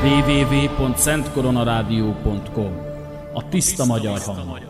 www.szentkoronarádió.com. A tiszta magyar hang.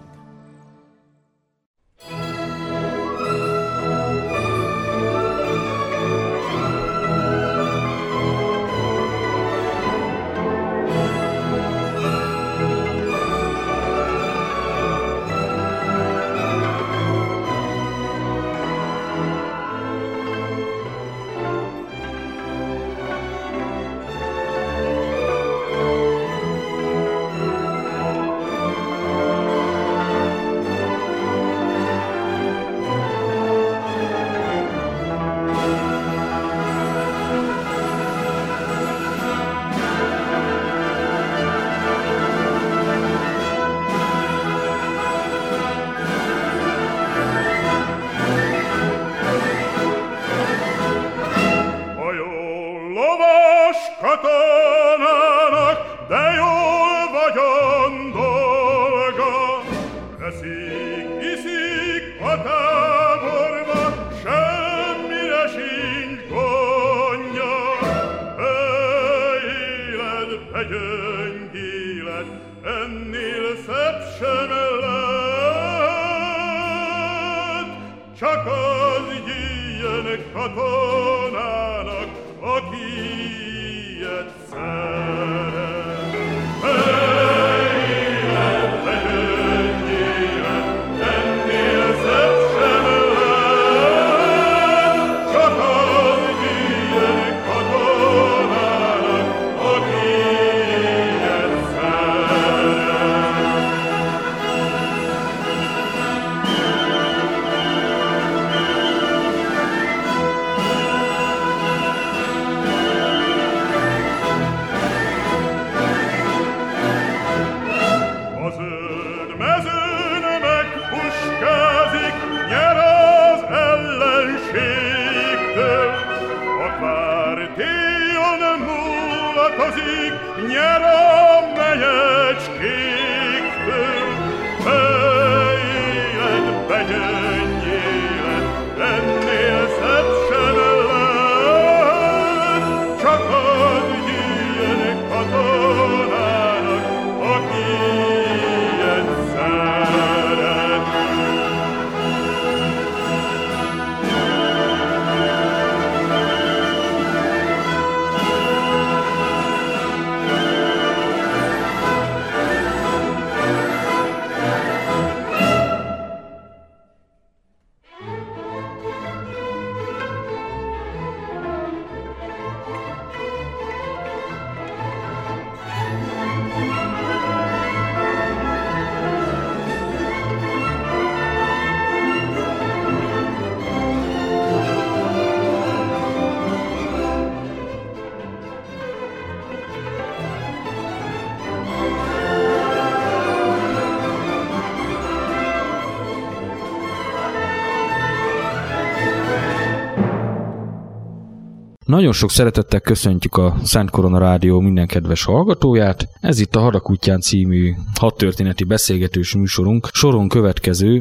Nagyon sok szeretettel köszöntjük a Szent Korona Rádió minden kedves hallgatóját. Ez itt a Hadakútján című hadtörténeti beszélgetős műsorunk soron következő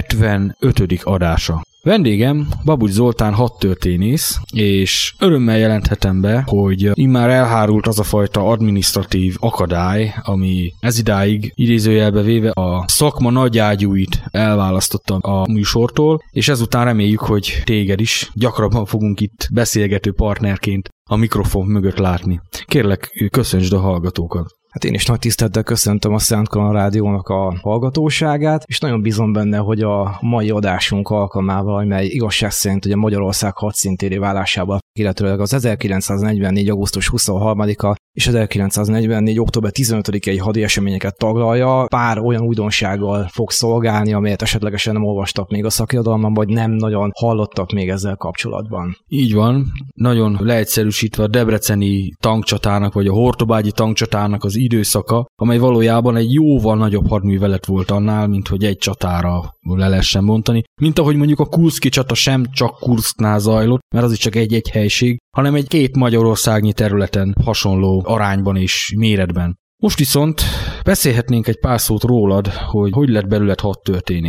75. adása. Vendégem Babucs Zoltán hadtörténész, és örömmel jelenthetem be, hogy immár elhárult az a fajta adminisztratív akadály, ami ezidáig idézőjelbe véve a szakma nagyágyúit elválasztotta a műsortól, és ezután reméljük, hogy téged is gyakrabban fogunk itt beszélgető partnerként a mikrofon mögött látni. Kérlek, köszöntsd a hallgatókat! Hát én is nagy tisztelettel köszöntöm a Szent Korona Rádiónak a hallgatóságát, és nagyon bízom benne, hogy a mai adásunk alkalmával, mely igazság szerint ugye Magyarország hadszíntéré válásával, illetőleg az 1944. augusztus 23-a és 1944. október 15-i hadi eseményeket taglalja, pár olyan újdonsággal fog szolgálni, amelyet esetlegesen nem olvastak még a szakirodalomban, vagy nem nagyon hallottak még ezzel kapcsolatban. Így van, nagyon leegyszerűsítve a debreceni tankcsatának, vagy a hortobágyi tankcsatának az időszaka, amely valójában egy jóval nagyobb hadművelet volt annál, mint hogy egy csatára le lehessen mondani. Mint ahogy mondjuk a Kurszki csata sem csak Kurszknál zajlott, mert az is csak egy helység, hanem egy két magyarországnyi területen hasonló arányban és méretben. Most viszont beszélhetnénk egy pár szót rólad, hogy lett belőled hadtörténész.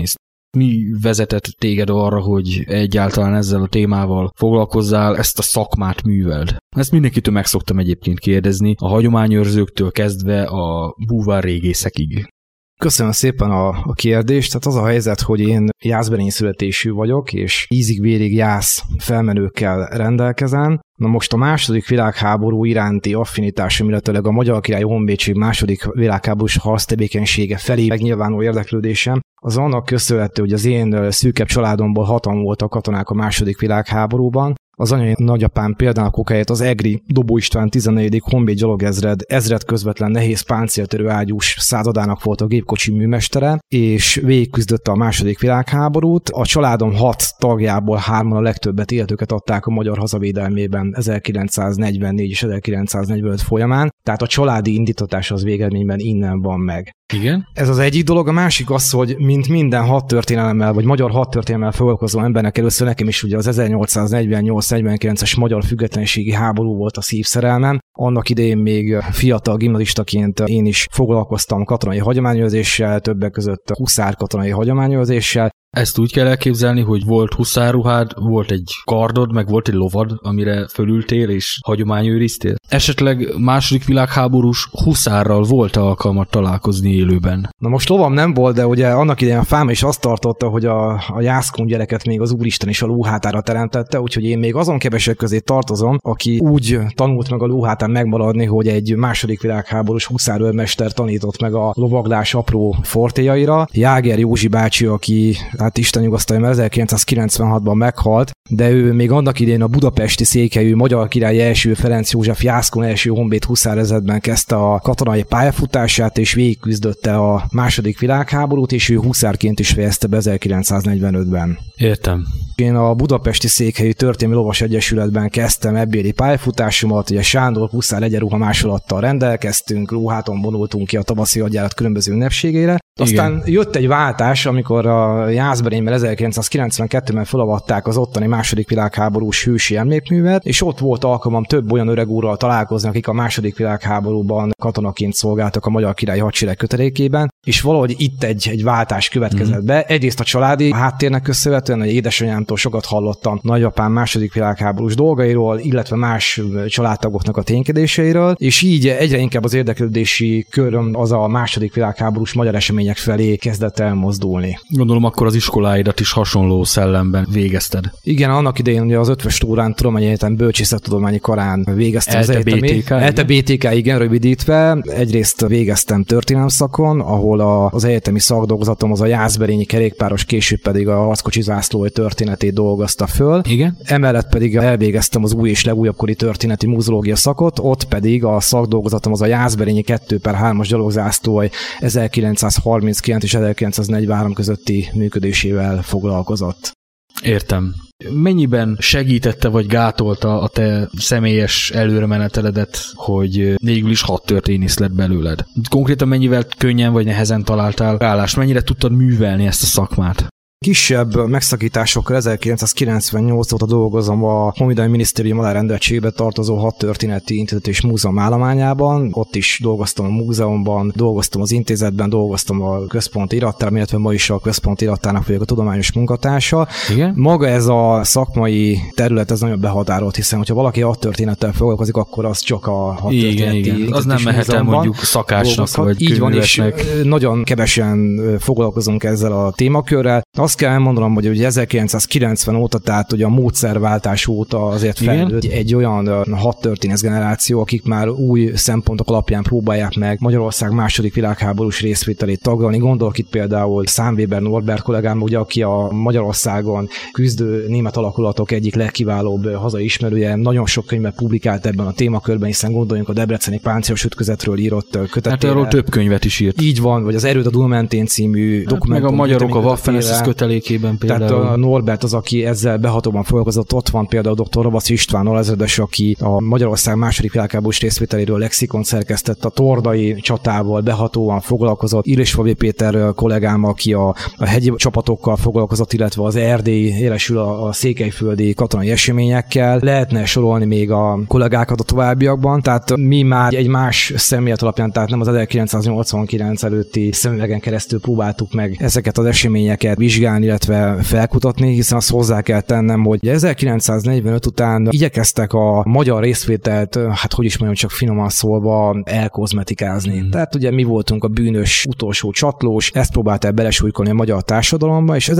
Mi vezetett téged arra, hogy egyáltalán ezzel a témával foglalkozzál, ezt a szakmát műveld? Ezt mindenkitől meg szoktam egyébként kérdezni, a hagyományőrzőktől kezdve a búvárrégészekig. Köszönöm szépen a kérdést. Tehát az a helyzet, hogy én jászberényi születésű vagyok, és ízig-vérig jász felmenőkkel rendelkezem. Na most a második világháború iránti affinitásom, illetőleg a Magyar Királyi Honvédség második világháborús harctevékenysége felé megnyilvánuló érdeklődésem, az annak köszönhető, hogy az én szűkebb családomból 6-an voltak katonák a második világháborúban. Az anyai nagyapám például okáját az Egri Dobó István 14. Honvéd gyalogezred ezred közvetlen nehéz páncéltörő ágyús századának volt a gépkocsi műmestere, és végigküzdötte a második világháborút. A családom 6 tagjából 3-an a legtöbbet életüket adták a magyar hazavédelmében 1944 és 1945 folyamán, tehát a családi indítatás az végeredményben innen van meg. Igen. Ez az egyik dolog, a másik az, hogy mint minden hadtörténelemmel, vagy magyar hadtörténelemmel foglalkozó embernek először nekem is ugye az 1848-49-es magyar függetlenségi háború volt a szívszerelmem. Annak idején még fiatal gimnazistaként én is foglalkoztam katonai hagyományőrzéssel, többek között huszár katonai hagyományőrzéssel. Ezt úgy kell elképzelni, hogy volt huszárruhád, volt egy kardod, meg volt egy lovad, amire fölültél és hagyományőriztél. Esetleg második világháborús huszárral volt alkalmat találkozni élőben? Na most lovam nem volt, de ugye annak idején a fáma is azt tartotta, hogy a jászkun gyereket még az Úristen is a lóhátára teremtette, úgyhogy én még azon kevesek közé tartozom, aki úgy tanult meg a lóhátán megmaradni, hogy egy második világháborús huszárőrmester tanított meg a lovaglás apró fortéjaira. Jáger Józsi bácsi, aki hát Isten nyugasztalja, mert 1996-ban meghalt, de ő még annak idején a budapesti székhelyű Magyar Király első Ferenc József Jászkun első honvéd huszárezredben kezdte a katonai pályafutását, és végigküzdötte a második világháborút, és ő huszárként is fejezte be 1945-ben. Értem. Én a budapesti székhelyű Történelmi Lovas Egyesületben kezdtem ebbéli pályafutásomat, ugye Sándor huszár egyenruha másolattal rendelkeztünk, lóháton vonultunk ki a tavaszi hadjárat különböző ünnepségére. Aztán jött egy váltás, amikor a Jászberényben 1992-ben felavatták az ottani második világháborús hősi emlékművet, és ott volt alkalmam több olyan öreg úrral találkozni, akik a második világháborúban katonaként szolgáltak a Magyar Királyi Hadsereg kötelékében, és valahogy itt egy váltás következett be. Egyrészt a családi háttérnek köszönhetően, hogy édesanyámtól sokat hallottam nagyapám második világháborús dolgairól, illetve más családtagoknak a ténykedéseiről, és így egyre inkább az érdeklődési köröm az a második világháborús magyar események felé kezdett elmozdulni. Gondolom akkor az iskoláidat is hasonló szellemben végezted. Igen, annak idején ugye az Ötvös Tórán Tudományi Egyetem Bölcsészettudományi Karán végeztem ELTE BTK, igen, rövidítve. Egyrészt végeztem történelem szakon, ahol az egyetemi szakdolgozatom az a jászberényi kerékpáros, később pedig a harckocsi zászló történetét dolgozta föl. Igen. Emellett pedig elvégeztem az új és legújabbkori történeti múzeológia szakot, ott pedig a szakdolgozatom az a jászberényi 2/3-as gyalogzászló 1939 és 1943 közötti működésével foglalkozott. Értem. Mennyiben segítette vagy gátolta a te személyes előremeneteledet, hogy végül is hadtörténész lett belőled? Konkrétan mennyivel könnyen vagy nehezen találtál állást? Mennyire tudtad művelni ezt a szakmát? Kisebb megszakításokkal 1998 óta dolgozom a Honvédelmi Minisztérium alárendeltségébe tartozó Hadtörténeti Intézet és Múzeum állományában. Ott is dolgoztam a múzeumban, dolgoztam az intézetben, dolgoztam a központi irattárban, illetve ma is a központi irattának vagyok a tudományos munkatársa. Igen? Maga ez a szakmai terület, ez nagyon behatárolt, hiszen hogyha valaki hadtörténettel foglalkozik, akkor az csak a Hadtörténeti Intézet az nem mehet el mondjuk szakácsnak vagy így van, és nagyon kevesen foglalkozunk ezzel a témakörrel. Azt kell elmondanom, hogy ugye 1990 óta, tehát ugye a módszerváltás óta azért fejlődött egy olyan hadtörténész generáció, akik már új szempontok alapján próbálják meg Magyarország második világháborús részvételét taglalni. Gondolok itt például Számvéber Norbert kollégám, ugye, aki a Magyarországon küzdő német alakulatok egyik legkiválóbb hazai ismerője, nagyon sok könyvet publikált ebben a témakörben, hiszen gondoljunk a debreceni páncélos ütközetről írott kötetére. Hát arról több könyvet is írt. Így van, vagy az Erőd a Duna mentén című dokumentum. Meg a magyarok a Waffen-SS kötelékében például. Tehát a Norbert az, aki ezzel behatóban foglalkozott. Ott van például dr. Ravasz István alezredes, aki a Magyarország második világháborús részvételéről lexikon szerkesztett, a tordai csatával behatóan foglalkozott. Illésfalvi Péter kollégám, aki a hegyi csapatokkal foglalkozott, illetve az erdélyi élesül a székelyföldi katonai eseményekkel. Lehetne sorolni még a kollégákat a továbbiakban, tehát mi már egy más szemlélet alapján, tehát nem az 1989 előtti szemüvegen keresztül próbáltuk meg ezeket az eseményeket vizsgálni, illetve felkutatni, hiszen azt hozzá kell tennem, hogy 1945 után igyekeztek a magyar részvételt, hát hogy is mondjam, csak finoman szólva elkozmetikázni. Tehát ugye mi voltunk a bűnös utolsó csatlós, ezt próbálták belesújkolni a magyar társadalomba, és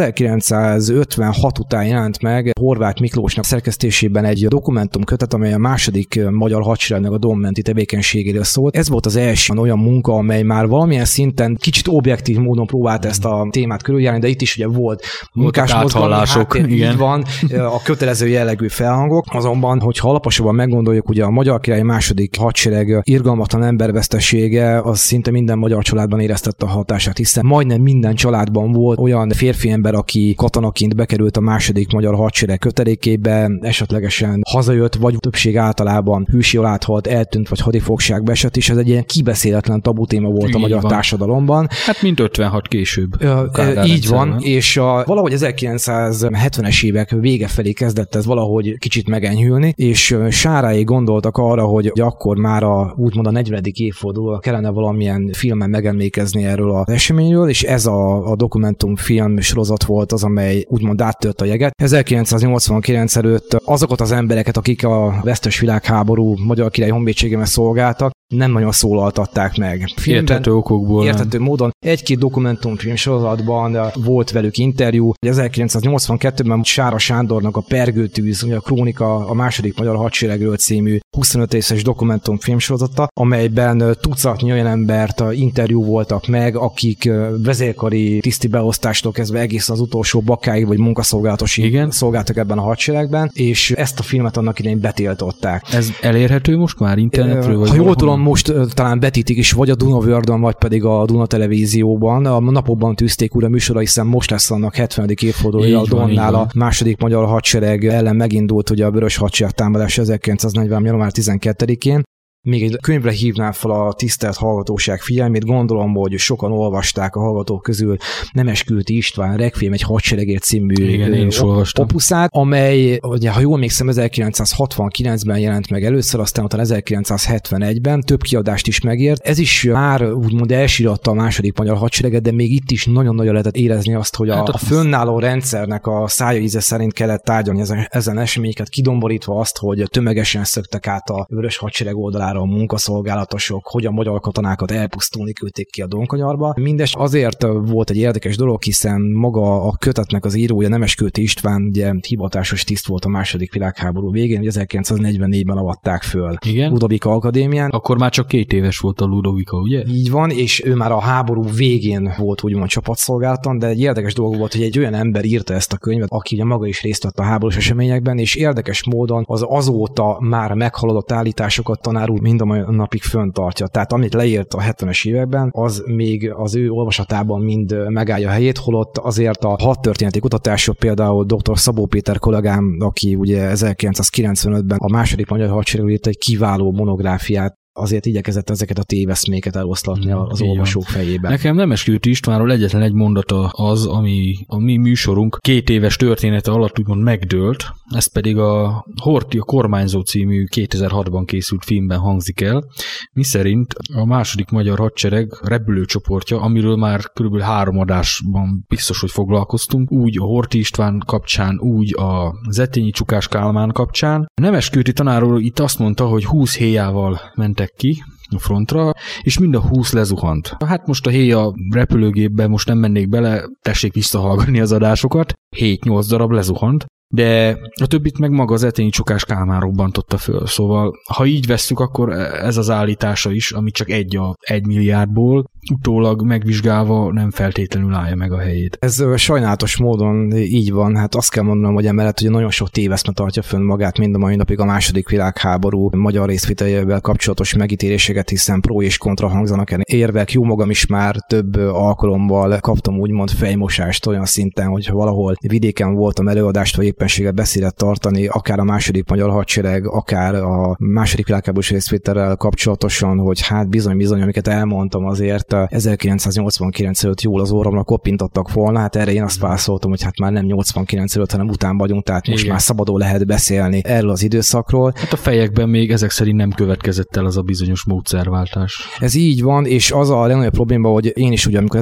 1956 után jelent meg Horváth Miklósnak szerkesztésében egy dokumentumkötet, amely a második magyar hadseregnek a dommenti tevékenységéről szólt. Ez volt az első olyan munka, amely már valamilyen szinten kicsit objektív módon próbált ezt a témát körüljárni, de itt is ugye volt munkásmozgalmások, így van, a kötelező jellegű felhangok. Azonban, hogyha alaposabban meggondoljuk, ugye a magyar király második hadsereg irgalmatlan embervesztesége, az szinte minden magyar családban éreztette a hatását, hiszen majdnem minden családban volt olyan férfi ember, aki katonaként bekerült a második magyar hadsereg kötelékébe, esetlegesen hazajött, vagy többség általában hűsi alá halt, eltűnt, vagy hadifogságba esett, és ez egy ilyen kibeszéletlen tabu téma volt a magyar társadalomban. Hát mint 56 később. Így van, és valahogy 1970-es évek vége felé kezdett ez valahogy kicsit megenyhülni, és Sáráig gondoltak arra, hogy akkor már úgymond a 40. évfordulóra kellene valamilyen filmen megemlékezni erről az eseményről, és ez a dokumentumfilm sorozat volt az, amely úgymond áttört a jeget. 1989 előtt azokat az embereket, akik a vesztes világháború magyar király honvédségében szolgáltak, nem nagyon szólaltatták meg. Érthető okokból. Érthető módon. Egy-két dokumentumfilm sorozatban volt velük interjú. 1982-ben Sára Sándornak a Pergőtűz, ugye a Krónika a második magyar hadseregről című 25 részes dokumentumfilm sorozata, amelyben tucatnyi olyan embert interjú voltak meg, akik vezérkari tiszti beosztástól kezdve egész az utolsó bakáig vagy munkaszolgálatosig szolgáltak ebben a hadseregben, és ezt a filmet annak idején betiltották. Ez elérhető most már internetről? Ha jól tudom, most talán betítik is, vagy a Dunavördön, vagy pedig a Duna Televízióban. A napokban tűzték újra műsora, hiszen most lesz annak 70. évfordulója a Donnál a második magyar hadsereg ellen megindult ugye a Vörös Hadsereg támadása 1940. január 12-én. Még egy könyvre hívnám fel a tisztelt hallgatóság figyelmét, gondolom, hogy sokan olvasták a hallgatók közül Nemeskülti István Requiem egy hadseregért című opuszát, amely, ugye, ha jól emlékszem, 1969-ben jelent meg először, aztán utána 1971-ben több kiadást is megért. Ez is már úgymond elsíratta a második magyar hadsereget, de még itt is nagyon-nagyon lehetett érezni azt, hogy a fönnálló rendszernek a szája íze szerint kellett tárgyalni ezen eseményeket, kidomborítva azt, hogy tömegesen szöktek át a Vörös Hadsereg oldalára a munkaszolgálatosok, hogy a magyar katonákat elpusztulni küldték ki a Donkanyarba. Mindez azért volt egy érdekes dolog, hiszen maga a kötetnek az írója, Nemeskülti István, ugye hivatásos tiszt volt a második világháború végén, 1944-ben avatták föl Ludovika Akadémián. Akkor már csak 2 éves volt a Ludovika, ugye? Így van, és ő már a háború végén volt úgymond csapatszolgálaton, de egy érdekes dolog volt, hogy egy olyan ember írta ezt a könyvet, aki ugye maga is részt vett a háborús eseményekben, és érdekes módon az azóta már meghaladott állításokat tanár úr mind a mai napig föntartja. Tehát amit leírt a 70-es években, az még az ő olvasatában mind megállja a helyét, holott azért a hadtörténeti kutatások, például dr. Szabó Péter kollégám, aki ugye 1995-ben a második magyar hadseregről írt egy kiváló monográfiát, azért igyekezett ezeket a téveszméket eloszlatni az olvasók fejében. Nekem Nemeskülti Istvánról egyetlen egy mondata az, ami a mi műsorunk 2 éves története alatt úgymond megdőlt, ez pedig a Horthy a kormányzó című 2006-ban készült filmben hangzik el, miszerint a második magyar hadsereg repülőcsoportja, amiről már kb. 3 adásban biztos, hogy foglalkoztunk, úgy a Horthy István kapcsán, úgy a Zetényi Csukás Kálmán kapcsán. Nemeskülti tanár úr itt azt mondta, hogy 20 héjával mentek ki a frontra, és mind a 20 lezuhant. Hát most a héja repülőgépbe most nem mennék bele, tessék visszahallgatni az adásokat, 7-8 darab lezuhant, de a többit meg maga az Zetényi Csukás Kálmán robbantotta föl. Szóval, ha így vesszük, akkor ez az állítása is, ami csak 1 milliárdból, utólag megvizsgálva nem feltétlenül állja meg a helyét. Ez sajnálatos módon így van. Hát azt kell mondanom, hogy emellett hogy nagyon sok téveszme tartja fönn magát mind a mai napig a második világháború magyar részvételével kapcsolatos megítéléseket, hiszen pro és kontra hangzanak el érvek. Jó magam is már több alkalommal kaptam úgymond fejmosást olyan szinten, hogy valahol vidéken voltam előadást, vagy éppenséggel beszédet tartani, akár a második magyar hadsereg, akár a második világháborús részvétellel kapcsolatosan, hogy hát bizony, amiket elmondtam azért ott 1989 előtt jól az orromra koppintottak volna, hát erre én azt válaszoltam, hogy hát már nem 89 előtt, hanem után vagyunk, tehát most már szabadon lehet beszélni erről az időszakról. Hát a fejekben még ezek szerint nem következett el az a bizonyos módszerváltás. Ez így van, és az a legnagyobb probléma, hogy én is ugye, amikor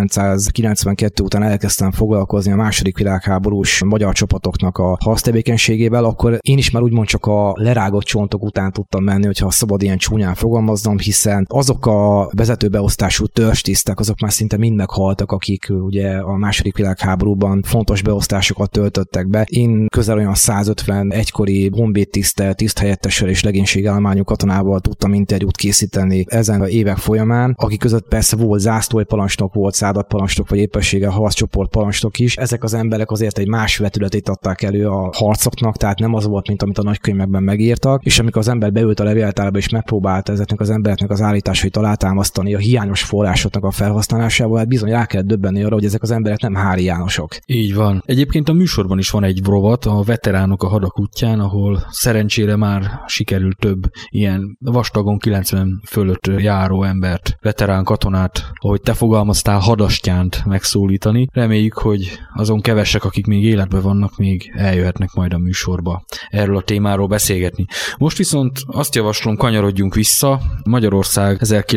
1992 után elkezdtem foglalkozni a második világháborús magyar csapatoknak a harctevékenységével, akkor én is már úgymond csak a lerágott csontok után tudtam menni, hogyha szabad ilyen csúnyán fogalmaznom, hiszen azok a vezetőbeosztású törzstisztek, azok már szinte mind meghaltak, akik ugye a második világháborúban fontos beosztásokat töltöttek be. Én közel olyan 150 egykori honvéd tiszttel, tiszthelyettessel és legénységállományú katonával tudtam interjút készíteni ezen a évek folyamán, akik között persze volt zászlóparancsnok, volt szádatparancsnok, vagy éppenséggel harccsoport parancsnok is. Ezek az emberek azért egy más vetületét adták elő a harcoknak, tehát nem az volt, mint amit a nagykönyvekben megírtak, és amikor az ember beült a levéltárba és megpróbálta ezeknek az embereknek az állításait alátámasztani a hiányos forrásoknak a felhasználásával, hát bizony rá kell döbbenni arra, hogy ezek az emberek nem Hári Jánosok. Így van. Egyébként a műsorban is van egy rovat, a Veteránok a hadak útján, ahol szerencsére már sikerült több ilyen vastagon 90 fölött járó embert, veterán katonát, ahogy te fogalmaztál, hadastyánt megszólítani. Reméljük, hogy azon kevesek, akik még életben vannak, még eljöhetnek majd a műsorba erről a témáról beszélgetni. Most viszont azt javaslom, kanyarodjunk vissza Magyarország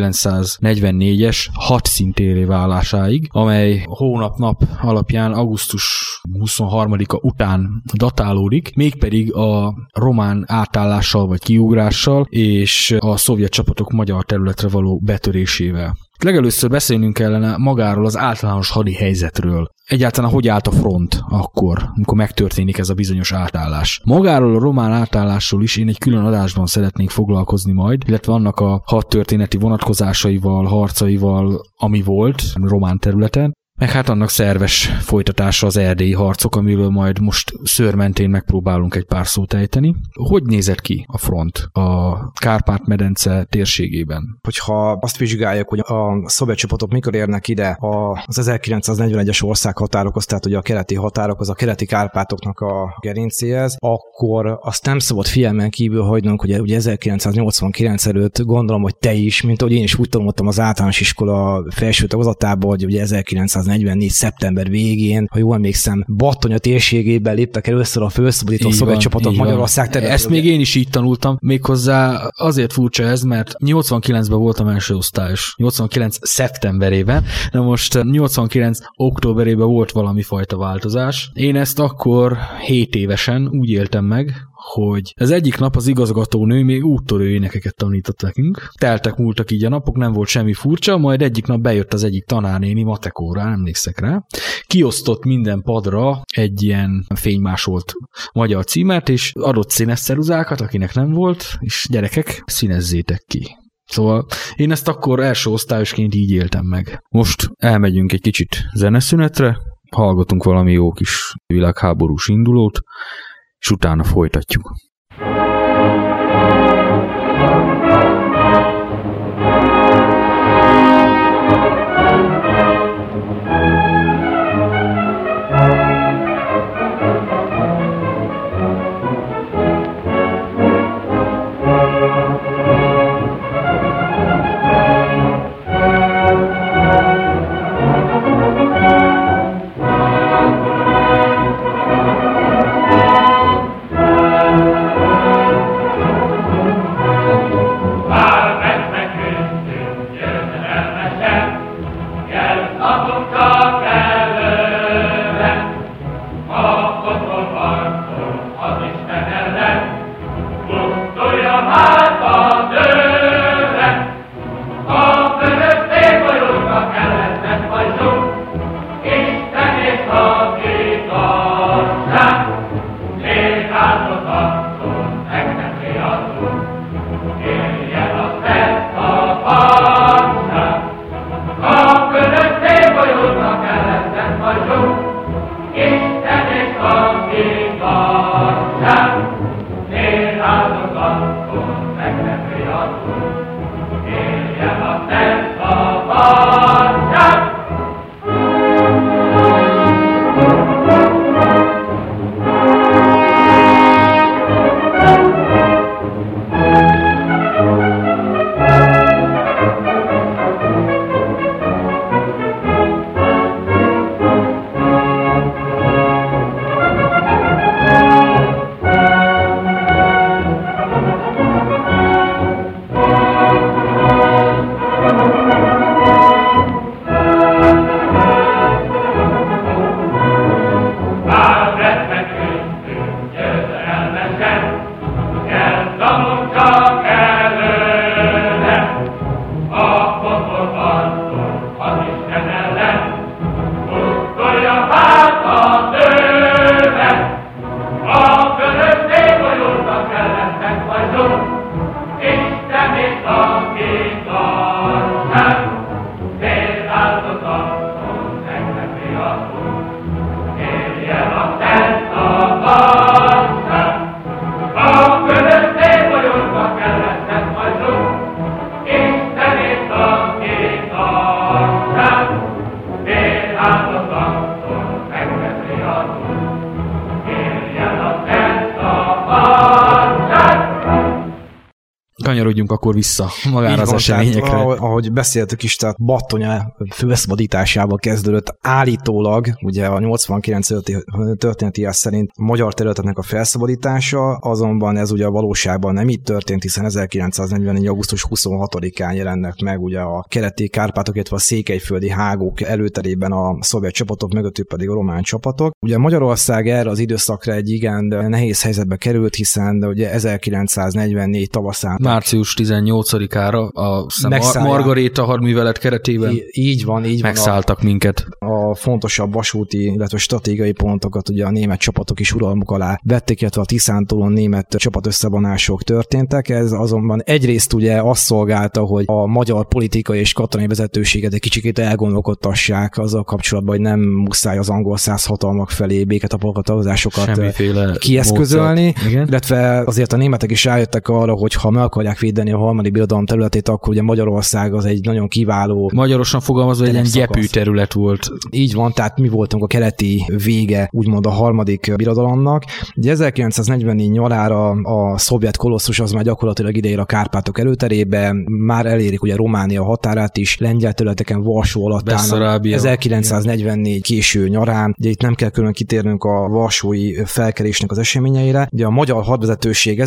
1944-es hadszíntérré válásáig, amely hónap-nap alapján augusztus 23-a után datálódik, mégpedig a román átállással vagy kiugrással és a szovjet csapatok magyar területre való betörésével. Legelőször beszélnünk kellene magáról az általános hadi helyzetről. Egyáltalán hogy állt a front akkor, amikor megtörténik ez a bizonyos átállás. Magáról a román átállásról is én egy külön adásban szeretnék foglalkozni majd, illetve annak a hadtörténeti vonatkozásaival, harcaival, ami volt román területen, meg hát annak szerves folytatása az erdélyi harcok, amiről majd most szőrmentén megpróbálunk egy pár szót ejteni. Hogy nézett ki a front a Kárpát-medence térségében? Hogyha azt vizsgáljuk, hogy a szovjet csapatok mikor érnek ide az 1941-es országhatárokhoz, tehát ugye a keleti határokhoz, a keleti Kárpátoknak a gerincéhez, akkor azt nem szabad figyelmen kívül hagynunk, hogy ugye 1989 előtt gondolom, hogy te is, mint ahogy én is úgy tanultam az általános iskola felső tagozatában, hogy ugye 1944. szeptember végén, ha jól emlékszem, Battonya térségében léptek először a felszabadító szovjet csapatok Magyarország területén. Ezt még én is így tanultam, méghozzá azért furcsa ez, mert 89-ben voltam első osztályos, 89 szeptemberében, de most 89 októberében volt valami fajta változás. Én ezt akkor 7 évesen úgy éltem meg, hogy az egyik nap az igazgatónő még úttörő énekeket tanított nekünk. Teltek, múltak így a napok, nem volt semmi furcsa, majd egyik nap bejött az egyik tanárnéni matekórán, emlékszek rá. Kiosztott minden padra egy ilyen fénymásolt magyar címert, és adott színes ceruzákat, akinek nem volt, és gyerekek, színezzétek ki. Szóval én ezt akkor első osztályosként így éltem meg. Most elmegyünk egy kicsit zeneszünetre, hallgatunk valami jó kis világháborús indulót, és utána folytatjuk. Kanyarodjunk akkor vissza magára az eseményekre. Tehát, ahogy beszéltük is, tehát Battony felszabadításával kezdődött állítólag, ugye a 89 történeti szerint a magyar területeknek a felszabadítása, azonban ez ugye a valóságban nem így történt, hiszen 1944. augusztus 26-án jelennek meg ugye a keleti Kárpátok, illetve a székelyföldi hágók előterében a szovjet csapatok, mögöttük pedig a román csapatok. Ugye Magyarország erre az időszakra egy igen nehéz helyzetbe került, hiszen ugye 1944 tavaszán március 18-ára a Margaréta hadművelet keretében így van, megszálltak minket. A fontosabb vasúti, illetve stratégiai pontokat ugye a német csapatok is uralmuk alá vették, illetve a Tiszántúlon német csapatösszevonások történtek. Ez azonban egyrészt ugye azt szolgálta, hogy a magyar politikai és katonai vezetőséget egy kicsikét elgondolkodtassák azzal kapcsolatban, hogy nem muszáj az angol száz hatalmak felé béketapolgatózásokat kieszközölni, illetve azért a németek is rájöttek arra, hogy ha meg akarják védeni a harmadik birodalom területét, akkor ugye Magyarország az egy nagyon kiváló... Magyarosan fogalmazva egy ilyen gyepű terület volt. Így van, tehát mi voltunk a keleti vége, úgymond a harmadik birodalomnak. Ugye 1944 nyarára a szovjet kolosszus az már gyakorlatilag ideér a Kárpátok előterébe, már elérik ugye Románia határát is, lengyel területeken Varsó alatt állnak. 1944 késő nyarán, ugye itt nem kell külön kitérnünk a varsói felkelésnek az eseményeire. Ugye a magyar hadvezetőség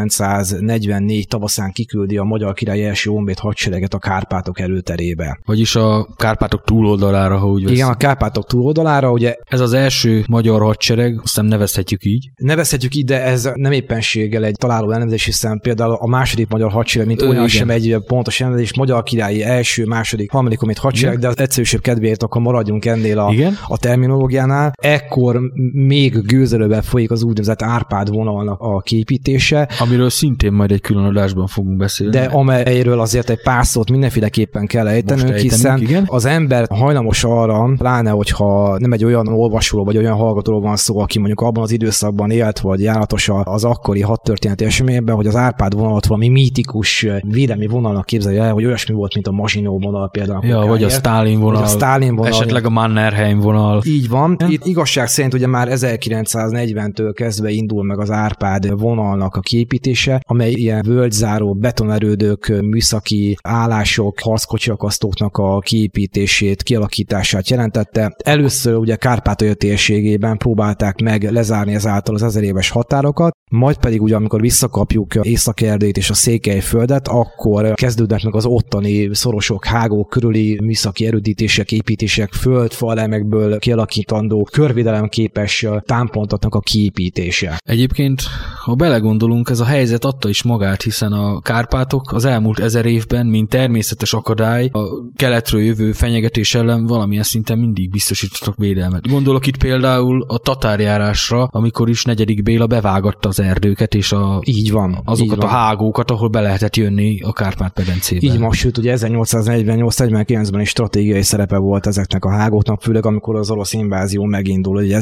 1944 tavaszán kiküldi a magyar király első honvéd hadsereget a Kárpátok előterébe. Vagyis a Kárpátok túloldalára, ha úgy veszünk. Igen, a Kárpátok túloldalára, ugye... Ez az első magyar hadsereg, aztán nevezhetjük így. Nevezhetjük így, de ez nem éppenséggel egy találó elnevezés, hiszen például a második magyar hadsereg, mint olyan sem egy pontos elnevezés, magyar királyi első, második, harmadik honvéd hadsereg, de az egyszerűség kedvéért akkor maradjunk ennél a terminológiánál. Ekkor még gőzerőben folyik az úgynevezett Árpád vonalnak a kiépítése. Amiről szintén majd egy külön adásban fogunk beszélni. De amelyről azért egy pár szót mindenféleképpen kell ejtenünk, hiszen igen? Az ember hajlamos arra, pláne hogyha nem egy olyan olvasóról vagy olyan hallgatóról van szó, aki mondjuk abban az időszakban élt, vagy járatos az akkori hadtörténeti eseményben, hogy az Árpád vonalat valami mítikus védelmi vonalnak képzelje el, hogy olyasmi volt, mint a Maginot vonal például. Ja, vagy a Sztálin vonal, esetleg a Mannerheim vonal. Így van. Itt igazság szerint ugye már 1940-től kezdve indul meg az Árpád vonalnak a kiépítése, amely ilyen völgyzáró betonerődők, műszaki állások, harckocsiakasztóknak a kiépítését, kialakítását jelentette. Először ugye Kárpátalja térségében próbálták meg lezárni ezáltal az 1000 éves határokat, majd pedig ugye amikor visszakapjuk Észak-Erdélyt és a Székelyföldet, akkor kezdődnek meg az ottani szorosok, hágók körüli műszaki erődítések, építések, földfalemekből kialakítandó körvédelemképes támpontoknak a kiépítése. Egyébként, ha belegondolunk, ez a helyzet adta is magát, hiszen a Kárpátok az elmúlt 1000 évben, mint természetes akadály, a keletről jövő fenyegetés ellen valamilyen szinten mindig biztosítottak védelmet. Gondolok itt például a tatárjárásra, amikor is 4. Béla bevágatta az erdőket és azokat a hágókat, ahol be lehetett jönni a Kárpát-medencébe. Így van, sőt, ugye 1848-49-ben is stratégiai szerepe volt ezeknek a hágóknak, főleg amikor az orosz invázió megindul, ugye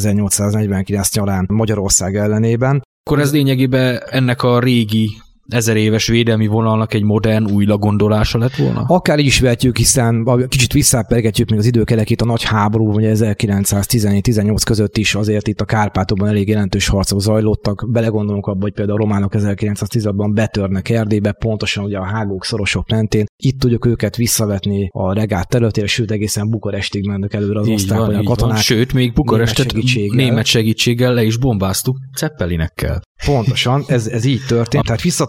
1849 nyarán Magyarország ellenében. Akkor ez lényegében ennek a régi 1000 éves védelmi vonalnak egy modern újra gondolása lett volna? Akár így is vehetjük, hiszen kicsit visszapergetjük még az időkelekét, a nagy háború, ugye 1914-18 között is azért itt a Kárpátokban elég jelentős harcok zajlottak. Belegondolunk abba, hogy például a románok 1916-ban betörnek Erdélybe, pontosan ugye a hágók, szorosok mentén. Itt tudjuk őket visszavetni a regát területére, sőt egészen Bukarestig mennek előre az osztrák a katonák. Sőt, még Bukarestet német segítséggel le is bombáztuk Zeppelinekkel. Pontosan, ez így történt. Tehát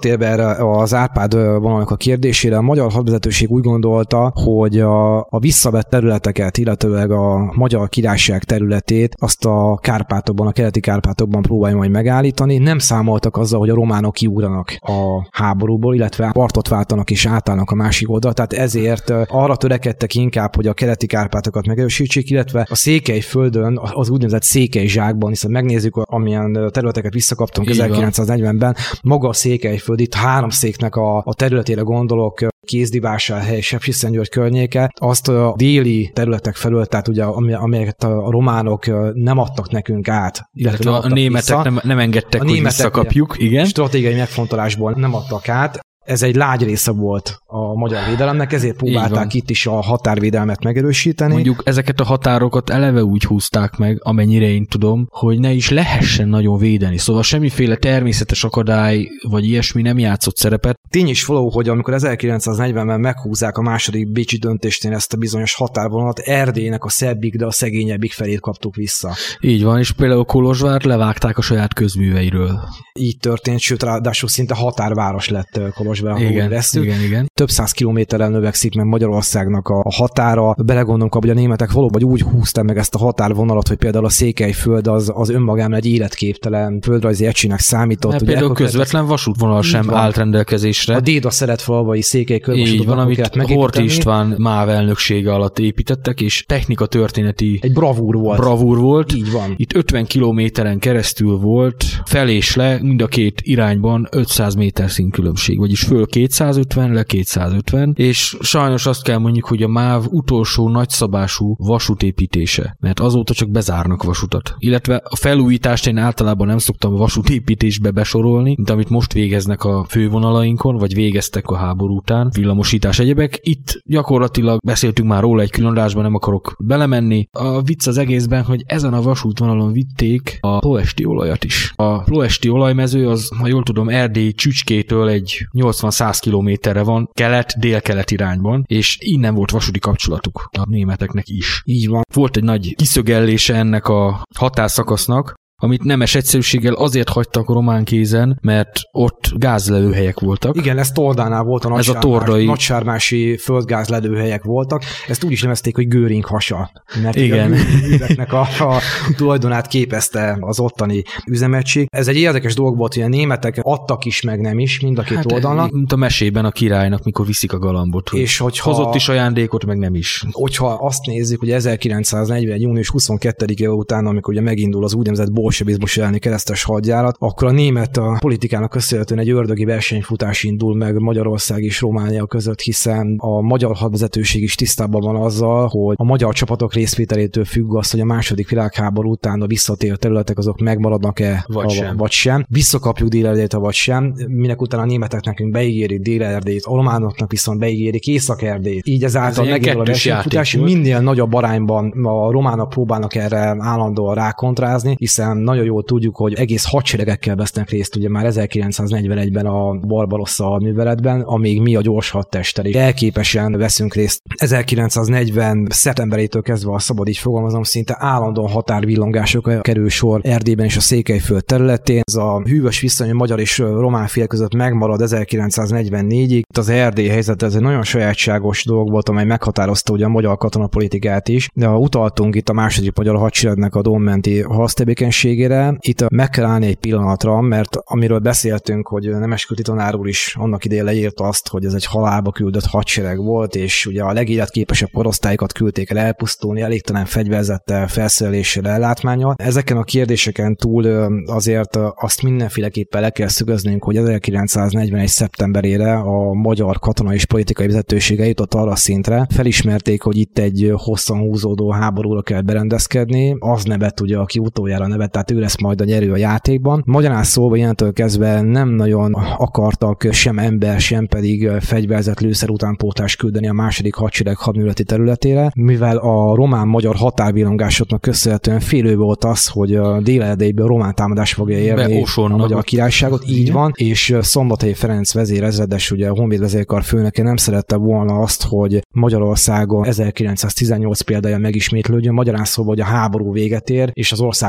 visszatérve erre az Árpád vonalnak a kérdésére, a magyar hadvezetőség úgy gondolta, hogy a visszavett területeket, illetőleg a Magyar Királyság területét azt a Kárpátokban, a keleti Kárpátokban próbálja majd megállítani. Nem számoltak azzal, hogy a románok kiugranak a háborúból, illetve partot váltanak és átállnak a másik oldalra, tehát ezért arra törekedtek inkább, hogy a keleti Kárpátokat megerősítsék, illetve a Székelyföldön, az úgynevezett Székely zsákban, hiszen megnézzük, amilyen területeket visszakaptunk 1940-ben, maga a Székelyföld, itt 3 széknek a területére gondolok, Kézdivásárhely, Sepsiszentgyörgy környéke, azt a déli területek felől, tehát ugye amelyeket a románok nem adtak nekünk át, illetve a németek nem engedtek, hogy visszakapjuk, igen. Stratégiai megfontolásból nem adtak át. Ez egy lágy része volt a magyar védelemnek, ezért próbálták itt is a határvédelmet megerősíteni. Mondjuk ezeket a határokat eleve úgy húzták meg, amennyire én tudom, hogy ne is lehessen nagyon védeni. Szóval semmiféle természetes akadály vagy ilyesmi nem játszott szerepet. Tény is való, hogy amikor 1940-ben meghúzzák a második bécsi döntésnél ezt a bizonyos határvonalat, Erdélynek a szebbik, de a szegényebbik felét kaptuk vissza. Így van, és például Kolozsvárt levágták a saját közműveiről. Így történt, sőt ráadásul szinte határváros lett Kolozsvár, igen. Több 100 kilométerrel növekszik meg Magyarországnak a határa. Belegondolunk abba, hogy a németek valóban úgy húzták meg ezt a határvonalat, hogy például a Székelyföld az önmagában egy életképtelen földrajzi egységnek számított. Mert például közvetlen vasútvonal sem állt rendelkezésre. A Déda-Szeretfalvai Székely körvasútot, van, amit Horthy István MÁV elnöksége alatt építettek, és technika történeti egy bravúr volt. Így van. Itt 50 kilométeren keresztül volt fel és le, mind a két irányban 500 méter színkülönbség, vagyis föl 250, le 250, és sajnos azt kell mondjuk, hogy a MÁV utolsó nagyszabású vasútépítése, mert azóta csak bezárnak vasutat. Illetve a felújítást én általában nem szoktam vasútépítésbe besorolni, mint amit most végeznek a fővonalainkon, vagy végeztek a háború után, villamosítás egyebek. Itt gyakorlatilag beszéltünk már róla egy külön adásban, nem akarok belemenni. A vicc az egészben, hogy ezen a vasútvonalon vitték a ploesti olajat is. A ploesti olajmező az, ha jól tudom, Erdély Csücskétől egy 80-100 kilométerre van, kelet-dél-kelet irányban, és innen volt vasúti kapcsolatuk a németeknek is. Így van. Volt egy nagy kiszögellése ennek a határszakasznak, amit nemes egyszerűséggel azért hagytak román kézen, mert ott gázlelőhelyek voltak. Igen, ez Tordánál volt a nagysármási földgázlelőhelyek voltak. Ezt úgy is nevezték, hogy Göring hasa. Mert igen. A tulajdonát képezte az ottani üzemegység. Ez egy érdekes dolog volt, hogy a németek adtak is, meg nem is, mind a két oldalnak. Mint a mesében a királynak, mikor viszik a galambot. És hogyha hozott is ajándékot, meg nem is. Hogyha azt nézzük, hogy 1941. június 22-e után, amikor ugye megindul az úgynevezett bolsevizmus elleni keresztes hadjárat, akkor a német a politikának köszönhetően egy ördögi versenyfutás indul meg Magyarország és Románia között, hiszen a magyar hadvezetőség is tisztában van azzal, hogy a magyar csapatok részvételétől függ az, hogy a második világháború után a visszatért területek azok megmaradnak-e vagy sem. Visszakapjuk Dél-Erdélyt, vagy sem, minek után a németek nekünk beígérik Dél-Erdélyt, a románoknak viszont beígérik Észak-Erdélyt. Így ezáltal megindul a versenyfutás, minél nagyobb arányban a románok próbálnak erre állandóan rákontrázni, hiszen nagyon jól tudjuk, hogy egész hadseregekkel vesznek részt, ugye már 1941-ben a Barbarossa hadműveletben, amíg mi a gyors hadtesttel is elképesen veszünk részt. 1940. szeptemberétől kezdve, a szabad így fogalmazom, szinte állandóan határvillongásokra kerül sor Erdélyben és a Székelyföld területén. Ez a hűvös viszony a magyar és román fél között megmarad 1944-ig. Az Erdély helyzet, ez egy nagyon sajátságos dolog volt, amely meghatározta ugye a magyar katonapolitikát is. De utaltunk itt a második magyar hadseregnek a Dómenti harctevékenységére. Itt meg kell állni egy pillanatra, mert amiről beszéltünk, hogy Nemesküti tanár úr is annak idején leírta azt, hogy ez egy halálba küldött hadsereg volt, és ugye a legéletképesebb korosztályokat küldték el elpusztulni, elégtelen fegyverzettel, felszereléssel, ellátmánnyal. Ezeken a kérdéseken túl azért azt mindenféleképpen le kell szögeznünk, hogy 1941. szeptemberére a magyar katonai és politikai vezetősége jutott arra szintre, felismerték, hogy itt egy hosszan húzódó háborúra kell berendezkedni, az nevet ugye, aki utoljára nevet, tehát ő lesz majd a nyerő a játékban. Magyarán szólva ilyentől kezdve nem nagyon akartak sem ember, sem pedig fegyverzett lőszer utánpótlást küldeni a második hadsereg hadműveleti területére, mivel a román-magyar határvillongásoknak köszönhetően félő volt az, hogy a Dél-Erdélyből román támadás fogja érni a magyar királyságot, így van, és Szombathelyi Ferenc vezérezredes, ugye a honvéd vezérkar főnöke nem szerette volna azt, hogy Magyarországon 1918 példája megismétlődjön, magyarán szólva, hogy a háború véget ér, és az ország hadsereg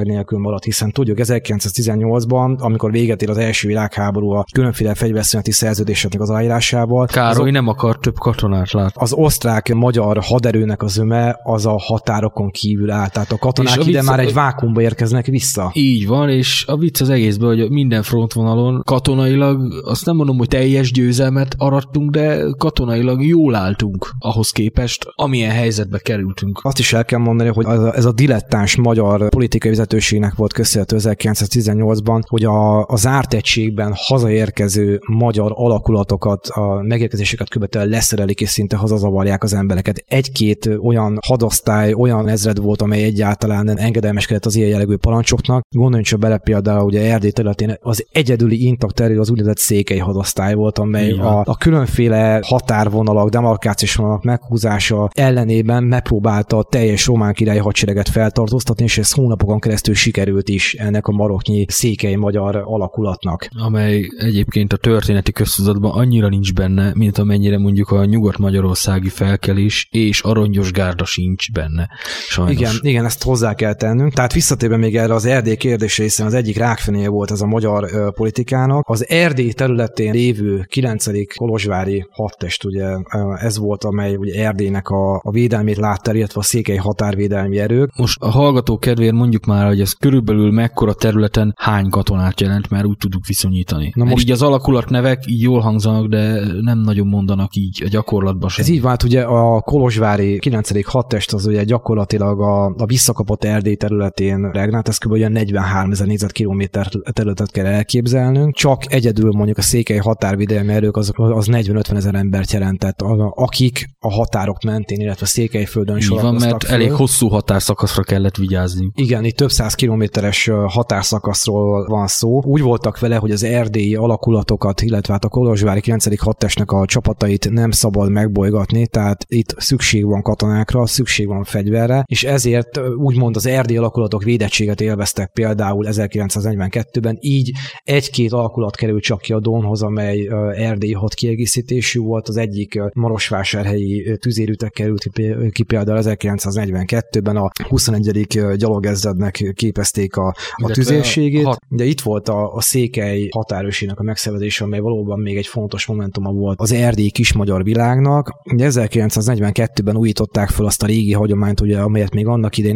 nélkül maradt, hiszen tudjuk 1918-ban, amikor véget ér az első világháború a különféle fegyverszüneti szerződéseknek az aláírásával. Károly nem akar több katonát látni. Az osztrák-magyar haderőnek a zöme az a határokon kívül áll, tehát a katonák ide már egy vákuumba érkeznek vissza. Így van, és a vicc az egészben, hogy minden frontvonalon katonailag, azt nem mondom, hogy teljes győzelmet arattunk, de katonailag jól álltunk ahhoz képest, amilyen helyzetbe kerültünk. Azt is el kell mondani, hogy ez a dilettáns magyar politikai vezetőségnek volt köszönhető 1918-ban, hogy a zárt egységben hazaérkező magyar alakulatokat, a megérkezéseket követően leszerelik és szinte hazazavarják az embereket. Egy-két olyan hadosztály, olyan ezred volt, amely egyáltalán nem engedelmeskedett az ilyen jellegű parancsoknak. Gondoljunk csak bele például, ugye Erdély területén az egyedüli intakt erő az úgynevezett székely hadosztály volt, amely a különféle határvonalak, demarkációs vonalak meghúzása ellenében megpróbálta a teljes román királyi hadsereget feltartóztatni, és ez hónapokon keresztül sikerült is ennek a maroknyi székely magyar alakulatnak. Amely egyébként a történeti köztudatban annyira nincs benne, mint amennyire mondjuk a nyugat-magyarországi felkelés és Arangyos gárda sincs benne. Sajnos. Igen, ezt hozzá kell tennünk. Tehát visszatérve még erre az Erdély kérdésre, hiszen az egyik rákfenéje volt ez a magyar politikának. Az Erdély területén lévő 9. kolozsvári hadtest, ugye ez volt, amely ugye Erdélynek a védelmét látta, illetve a székely határvédelmi erők. Most a hallgató kedvéért mondjuk már, hogy ez körülbelül mekkora területen hány katonát jelent, mert úgy tudjuk viszonyítani. Na most így az alakulatnevek így jól hangzanak, de nem nagyon mondanak így a gyakorlatban sem. Ez így vált, ugye a kolozsvári 9. hadtest az ugye gyakorlatilag a visszakapott Erdély területén regnált, ez kb. 43 000 négyzetkilométer területet kell elképzelnünk. Csak egyedül mondjuk a székely határvédelmi erők az 40-50 ezer embert jelentett, akik a határok mentén, illetve Székelyföldön sorakoztak van, mert föl. Elég hosszú határszakaszra kellett vigyázni. Igen, itt több száz kilométeres határszakaszról van szó. Úgy voltak vele, hogy az erdélyi alakulatokat, illetve hát a kolozsvári 9. hadtestnek a csapatait nem szabad megbolygatni, tehát itt szükség van katonákra, szükség van fegyverre, és ezért úgymond az erdélyi alakulatok védettséget élveztek például 1942-ben, így egy-két alakulat került csak ki a Dónhoz, amely erdélyi hadkiegészítésű volt, az egyik marosvásárhelyi tüzérütek került ki például 1942-ben, a 21. gyalogezrednek képezték a tüzérségét. De itt volt a székely határőrségnek a megszervezése, amely valóban még egy fontos momentuma volt az erdélyi kismagyar világnak. Ugye 1942-ben újították fel azt a régi hagyományt, ugye, amelyet még annak idején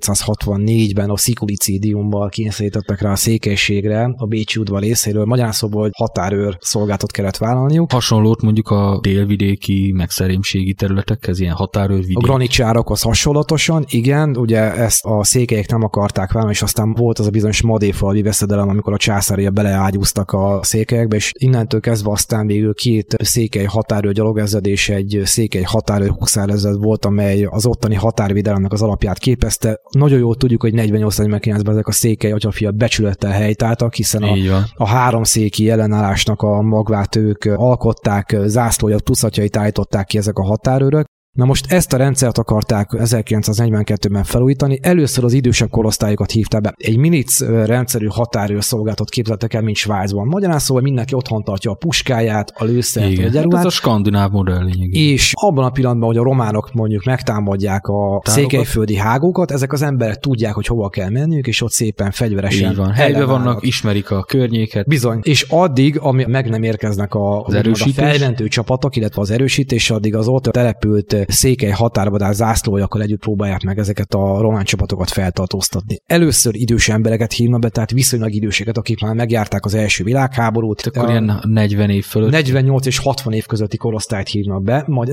1764-ben a szikulicidiumban kényszerítettek rá a székelységre a bécsi udvar részéről. Magyarán szóval, hogy határőr szolgálatot kellett vállalniuk. Hasonlót mondjuk a délvidéki, meg szerémségi területekhez, ilyen határőrvidék. A granicsárokhoz hasonlatosan, igen, ugye ezt a székelyek nem akarták vállalni, és aztán volt az a bizonyos madéfalvi veszedelem, amikor a császária beleágyúztak a székelyekbe, és innentől kezdve aztán végül két székely határőr gyalogezred és egy székely határőr huszárezred volt, amely az ottani határvédelemnek az alapját képezte. Nagyon jól tudjuk, hogy 48-49-ben ezek a székely atyafiak becsülettel helytáltak, hiszen a háromszéki ellenállásnak a magvát ők alkották, zászlója tucatjait állították ki ezek a határőrök. Na most ezt a rendszert akarták 1942-ben felújítani, először az idősebb korosztályokat hívták be. Egy milic rendszerű határőr szolgálatot képzeltek el, mint Svájcban. Magyarán szóval mindenki otthon tartja a puskáját, a lőszert, a gyarúát. Ez a skandináv modell lényegében. És abban a pillanatban, hogy a románok mondjuk megtámadják a székelyföldi hágókat, ezek az emberek tudják, hogy hova kell menniük, és ott szépen fegyveresen. Így van. Helyben vannak, ismerik a környéket. Bizony. És addig, amíg meg nem érkeznek a felmentő csapatok, illetve az erősítés, addig az ott települt székely határvadás zászlójakkal együtt próbálják meg ezeket a román csapatokat feltartóztatni. Először idős embereket hívnak be, tehát viszonylag időseket, akik már megjárták az első világháborút. Akkor ilyen 40 év fölött. 48 és 60 év közötti korosztályt hívnak be, majd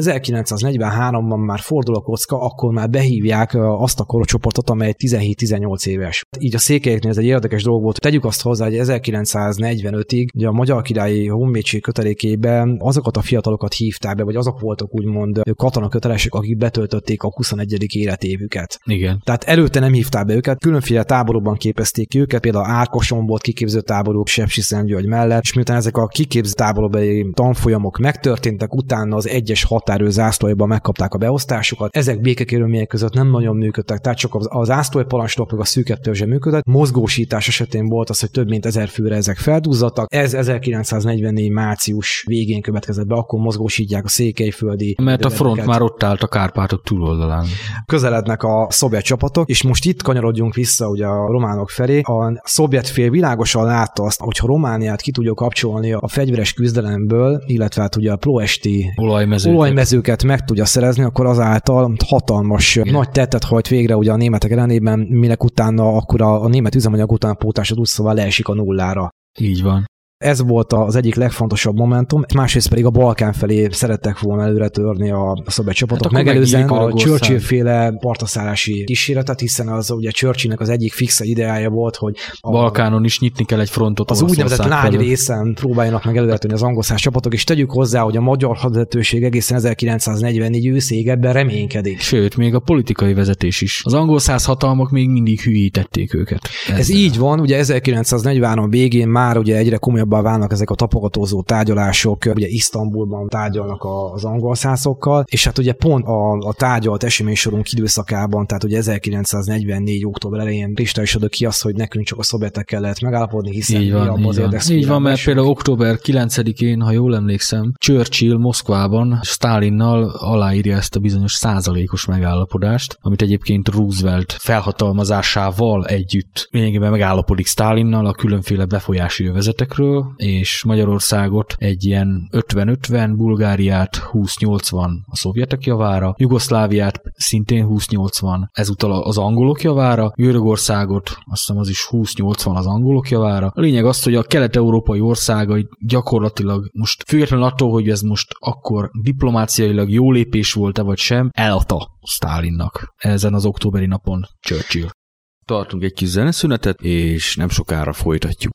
1943-ban már fordul a kocka, akkor már behívják azt a korcsoportot, amely 17-18 éves. Így a székelyeknél ez egy érdekes dolog volt. Tegyük azt hozzá, hogy 1945-ig ugye a Magyar Királyi Honvédség kötelékében azokat a fiatalokat hívták be, vagy azok voltak úgymond katonakötelesek, akik betöltötték a 21. életévüket. Igen. Tehát előtte nem hívták be őket, különféle táborokban képezték őket, például Árkoson volt kiképző táborok Sepsiszentgyörgy mellett, és miután ezek a kiképző táborokbeli tanfolyamok megtörténtek, utána az egyes határőr zászlóiban megkapták a beosztásukat. Ezek békekörülmények között nem nagyon működtek, tehát csak az zászlóparancsnok meg a szűkebb törzse működött. Mozgósítás esetén volt az, hogy több mint 1000 főre ezek feldúzzadtak. Ez 1944 március végén következett be, akkor mozgósítják a székelyföldi. Mert a front már ott állt a Kárpátok túloldalán. Közelednek a szovjet csapatok, és most itt kanyarodjunk vissza ugye a románok felé. A szovjet fél világosan látta azt, hogyha Romániát ki tudja kapcsolni a fegyveres küzdelemből, illetve hát ugye a ploesti olajmezőket meg tudja szerezni, akkor azáltal hatalmas nagy tettet hajt végre ugye a németek ellenében, minek utána akkor a német üzemanyag utánpótlásod úgy szóval leesik a nullára. Így van. Ez volt az egyik legfontosabb momentum, másrészt pedig a Balkán felé szerettek volna előre törni a szovjet csapatok, hát megelőzően a Churchill-féle partaszállási kísérletet, hiszen az ugye Churchillnek az egyik fixe ideája volt, hogy a Balkánon is nyitni kell egy frontot. Az úgynevezett lágy részen próbáljanak meg előre törni az angolszász csapatok, és tegyük hozzá, hogy a magyar hadvezetőség egészen 1944 őszéig ebben reménykedik. Sőt, még a politikai vezetés is. Az angolszász hatalmak még mindig hülyítették őket. Ez így van, ugye 1943 végén már ugye egyre komolyabb válnak ezek a tapogatózó tárgyalások, ugye Isztambulban tárgyalnak az angolszászokkal, és hát ugye pont a tárgyalt eseménysorunk időszakában, tehát ugye 1944. október elején kristályosodott ki az, hogy nekünk csak a szovjetekkel lehet megállapodni, hiszen így van, mert például október 9-én, ha jól emlékszem, Churchill Moszkvában Sztálinnal aláírja ezt a bizonyos százalékos megállapodást, amit egyébként Roosevelt felhatalmazásával együtt lényegében megállapodik Sztálinnal a különféle befolyási övezetekről, és Magyarországot egy ilyen 50-50, Bulgáriát 20-80 a szovjetek javára, Jugoszláviát szintén 20-80, ezúttal az angolok javára, Görögországot azt hiszem az is 20-80 az angolok javára. A lényeg az, hogy a kelet-európai országai gyakorlatilag most függetlenül attól, hogy ez most akkor diplomáciailag jó lépés volt-e vagy sem, eladta Sztálinnak ezen az októberi napon Churchill. Tartunk egy kis zeneszünetet, és nem sokára folytatjuk.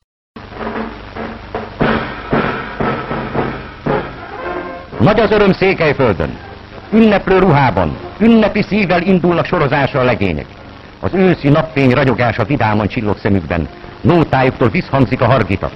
Nagy az öröm Székelyföldön. Ünneplő ruhában, ünnepi szívvel indulnak sorozásra a legények. Az őszi napfény ragyogása vidáman csillog szemükben. Nótájuktól visszhangzik a hargita.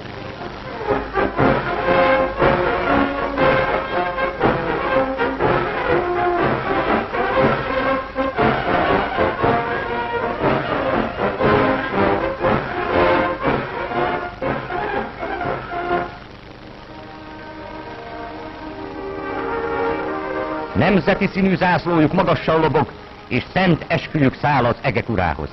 Nemzeti színű zászlójuk magassal lobog, és szent esküjük száll az egek urához.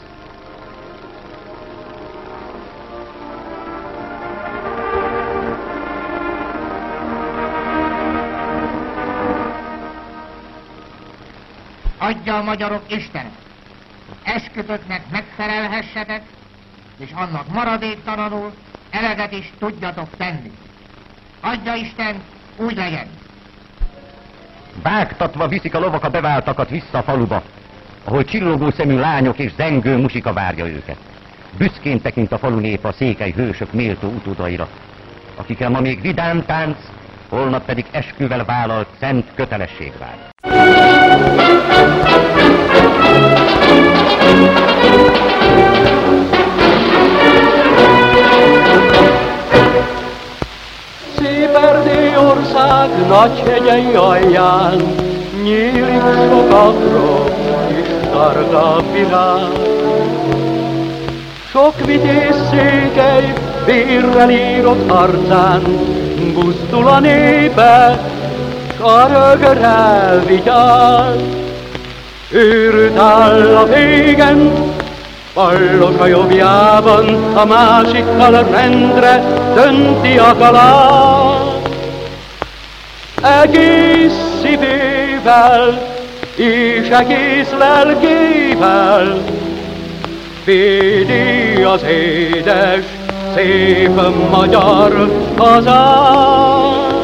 Adja a magyarok Isten, esküvőknek megfelelhessetek, és annak maradéktalanul eleget is tudjatok tenni. Adja Isten, úgy legyen! Vágtatva viszik a lovak a beváltakat vissza a faluba, ahol csillogó szemű lányok és zengő musika várja őket. Büszkén tekint a falu nép a székely hősök méltó utódaira, akikkel ma még vidám tánc, holnap pedig esküvel vállalt szent kötelesség vár. Erdélyország nagy hegyei alján nyílik sok apró kis targa virág. Sok vitéz székely vérrel írott arcán buzdul a népe, s a rögörrel vigyáz. Őrült áll a végen, pallos a jobbjában, a másikkal rendre dönti a kaland. Egész szívével és egész lelkével védi az édes, szép magyar hazát.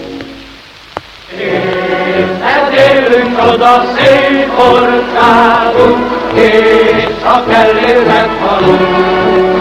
Élünk oda szép országunk, és a kellőnek halunk.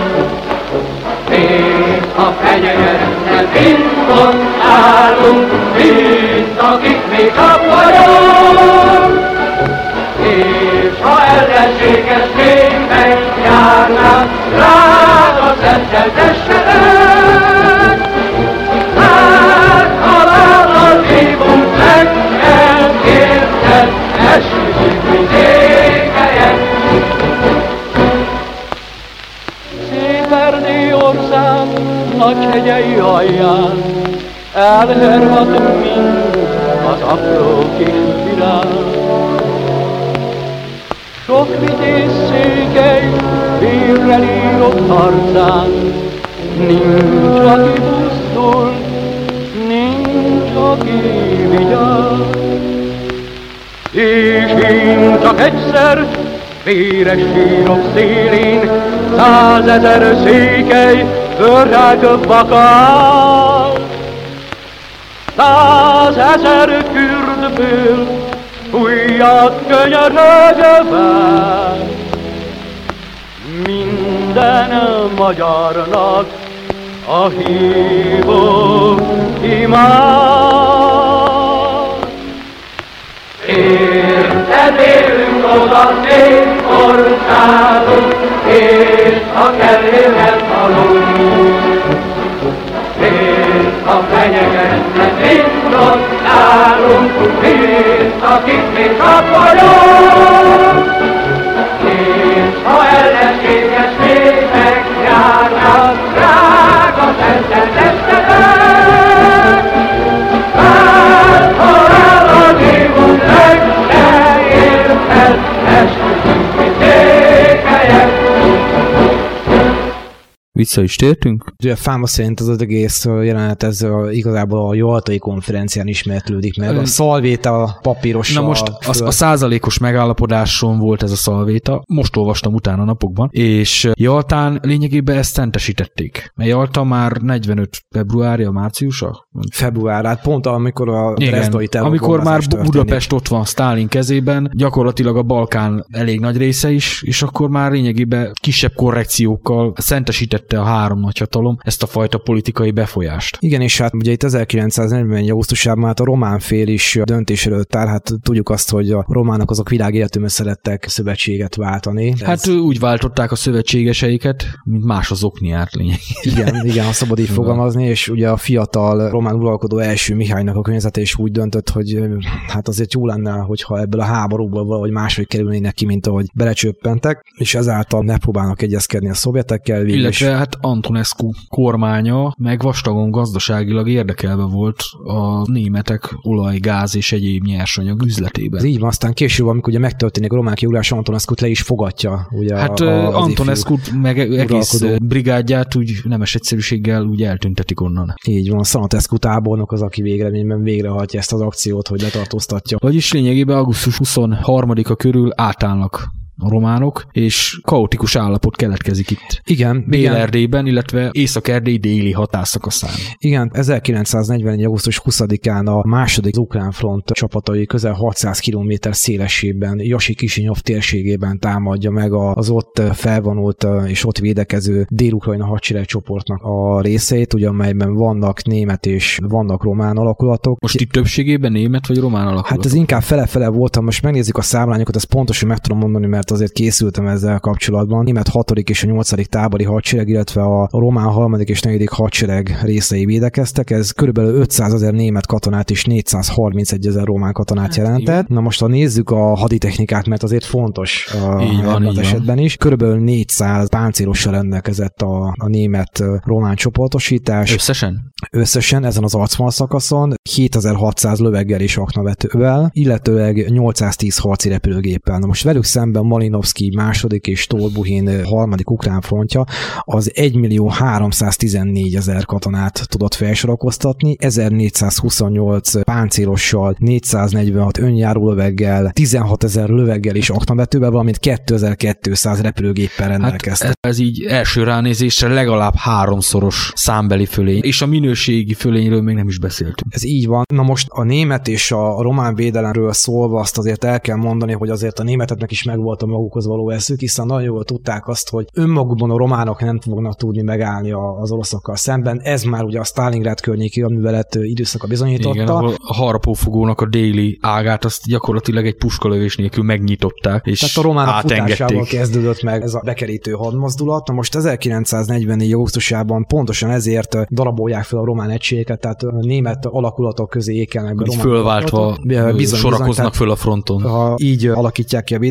Még a fegyverre mindon állunk, mint akik még a vagyunk. És ha ellenséges fényben járnánk, rád a szenteltessenek. Hát halállal hívunk meg, elkérted, esküszünk, mint ékeljen. Szép Erdélyország nagy hegyei alján elhervad mind az apró kis virág. sok vitéz székely, vérrel írott arcán. Nincs, aki buzdul, nincs, aki vigyáz. És én csak egyszer, véres sírok szélén, 100 000 székely öreg vakál. 100 000 kürdből újjat könyörögve, minden magyarnak a hívó imád. Érted élünk oda szép országunk, és a kellőhez halunk. És a fenyegetlen indot nálunk, és akik még csak vagyunk. És ha ellenséges népek járnak, drága szenten testetek, bárhol el a nívunk meg, ne érted, esküszünk, mi székelyek. Vissza is tértünk. Ugye Fáma szerint az egész jelenet ez igazából a Jaltai konferencián ismertlődik meg. A szalvéta papírossal. Na most a százalékos megállapodáson volt ez a szalvéta. Most olvastam utána napokban. És Jaltán lényegében ezt szentesítették. Mert Jalta már 45 februárja, márciusa? Február, hát pont amikor a dresdai amikor már Budapest ott van Sztálin kezében, gyakorlatilag a Balkán elég nagy része is, és akkor már lényegében kisebb korrekciókkal szentesítette a három nagyhatalom ezt a fajta politikai befolyást. Igen, és hát ugye itt 1940. augusztusában hát a román fél is döntés előtt áll, hát tudjuk azt, hogy a románok azok világéletűen szerettek szövetséget váltani. Hát úgy váltották a szövetségeseiket, mint más az okniát lényegében. Igen, ha szabad így fogalmazni, és ugye a fiatal román uralkodó első Mihálynak a környezete is úgy döntött, hogy hát azért jó lenne, hogyha ebből a háborúból valahogy máshogy kerülnének ki, mint ahogy belecsöppentek, és ezáltal megpróbálnak egyezkedni a szovjetekkel. Illetve hát Antonescu kormánya meg vastagon gazdaságilag érdekelve volt a németek olaj, gáz és egyéb nyersanyag üzletében. Ez így van, aztán később, amikor ugye megtörténik a román kiugrás, Antonescut le is fogadja. Ugye hát Antonescut meg egész brigádját úgy nemes egyszerűséggel úgy eltüntetik onnan. Így van, Szanatescu tábornok az, aki végeredményben végrehajtja ezt az akciót, hogy letartóztatja. Vagyis lényegében augusztus 23-a körül átállnak a románok, és kaotikus állapot keletkezik itt. Igen. Dél-Erdélyben, illetve Észak-Erdély déli határszakaszán. Igen, 1941. augusztus 20-án a második ukrán front csapatai közel 600 km szélességben, Jasi-Kisinyov térségében támadja meg az ott felvonult és ott védekező dél-ukrajna hadseregcsoportnak a részeit, ugye, amelyben vannak német és vannak román alakulatok. Most itt többségében német vagy román alakulatok? Hát ez inkább fele-fele voltam, most megnézzük a számlányokat, ezt pontosan meg tudom mondani, mert azért készültem ezzel kapcsolatban. Német 6. és a 8. tábori hadsereg, illetve a román 3. és 4. hadsereg részei védekeztek. Ez körülbelül 500 000 német katonát és 431 000 román katonát jelentett. Na most, ha nézzük a haditechnikát, mert azért fontos ebben az esetben is. Körülbelül 400 páncélossal rendelkezett a német román csoportosítás. Összesen ezen az arcvonal szakaszon 7600 löveggel és aknavetővel, illetőleg 810 harci repülőgéppel. Na most velük szemben Malinovszky második és Stolbuhin harmadik ukrán frontja az 1.314.000 katonát tudott felsorakoztatni, 1428 páncélossal, 446 önjáró löveggel, 16 000 löveggel és aknavetővel, valamint 2200 repülőgéppel rendelkeztek. Hát ez így első ránézésre legalább 3-szoros számbeli fölény, és a minőségi fölényről még nem is beszéltünk. Ez így van. Na most a német és a román védelemről szólva azt azért el kell mondani, hogy azért a németeknek is megvolt a magukhoz való eszük, hiszen nagyon jól tudták azt, hogy önmagukban a románok nem fognak tudni megállni az oroszokkal szemben. Ez már ugye a Sztálingrád környéki művelet időszaka bizonyította. Igen, ahol a harapófogónak a déli ágát azt gyakorlatilag egy puskalövés nélkül megnyitották, és tehát a románok futásával kezdődött meg ez a bekerítő hadmozdulat. Na most 1944. augusztusában pontosan ezért darabolják fel a román egységeket, tehát a német alakulatok közé ékelnek be román fölváltva sorakoznak föl a fronton. Így alakítják ki a védelmet, és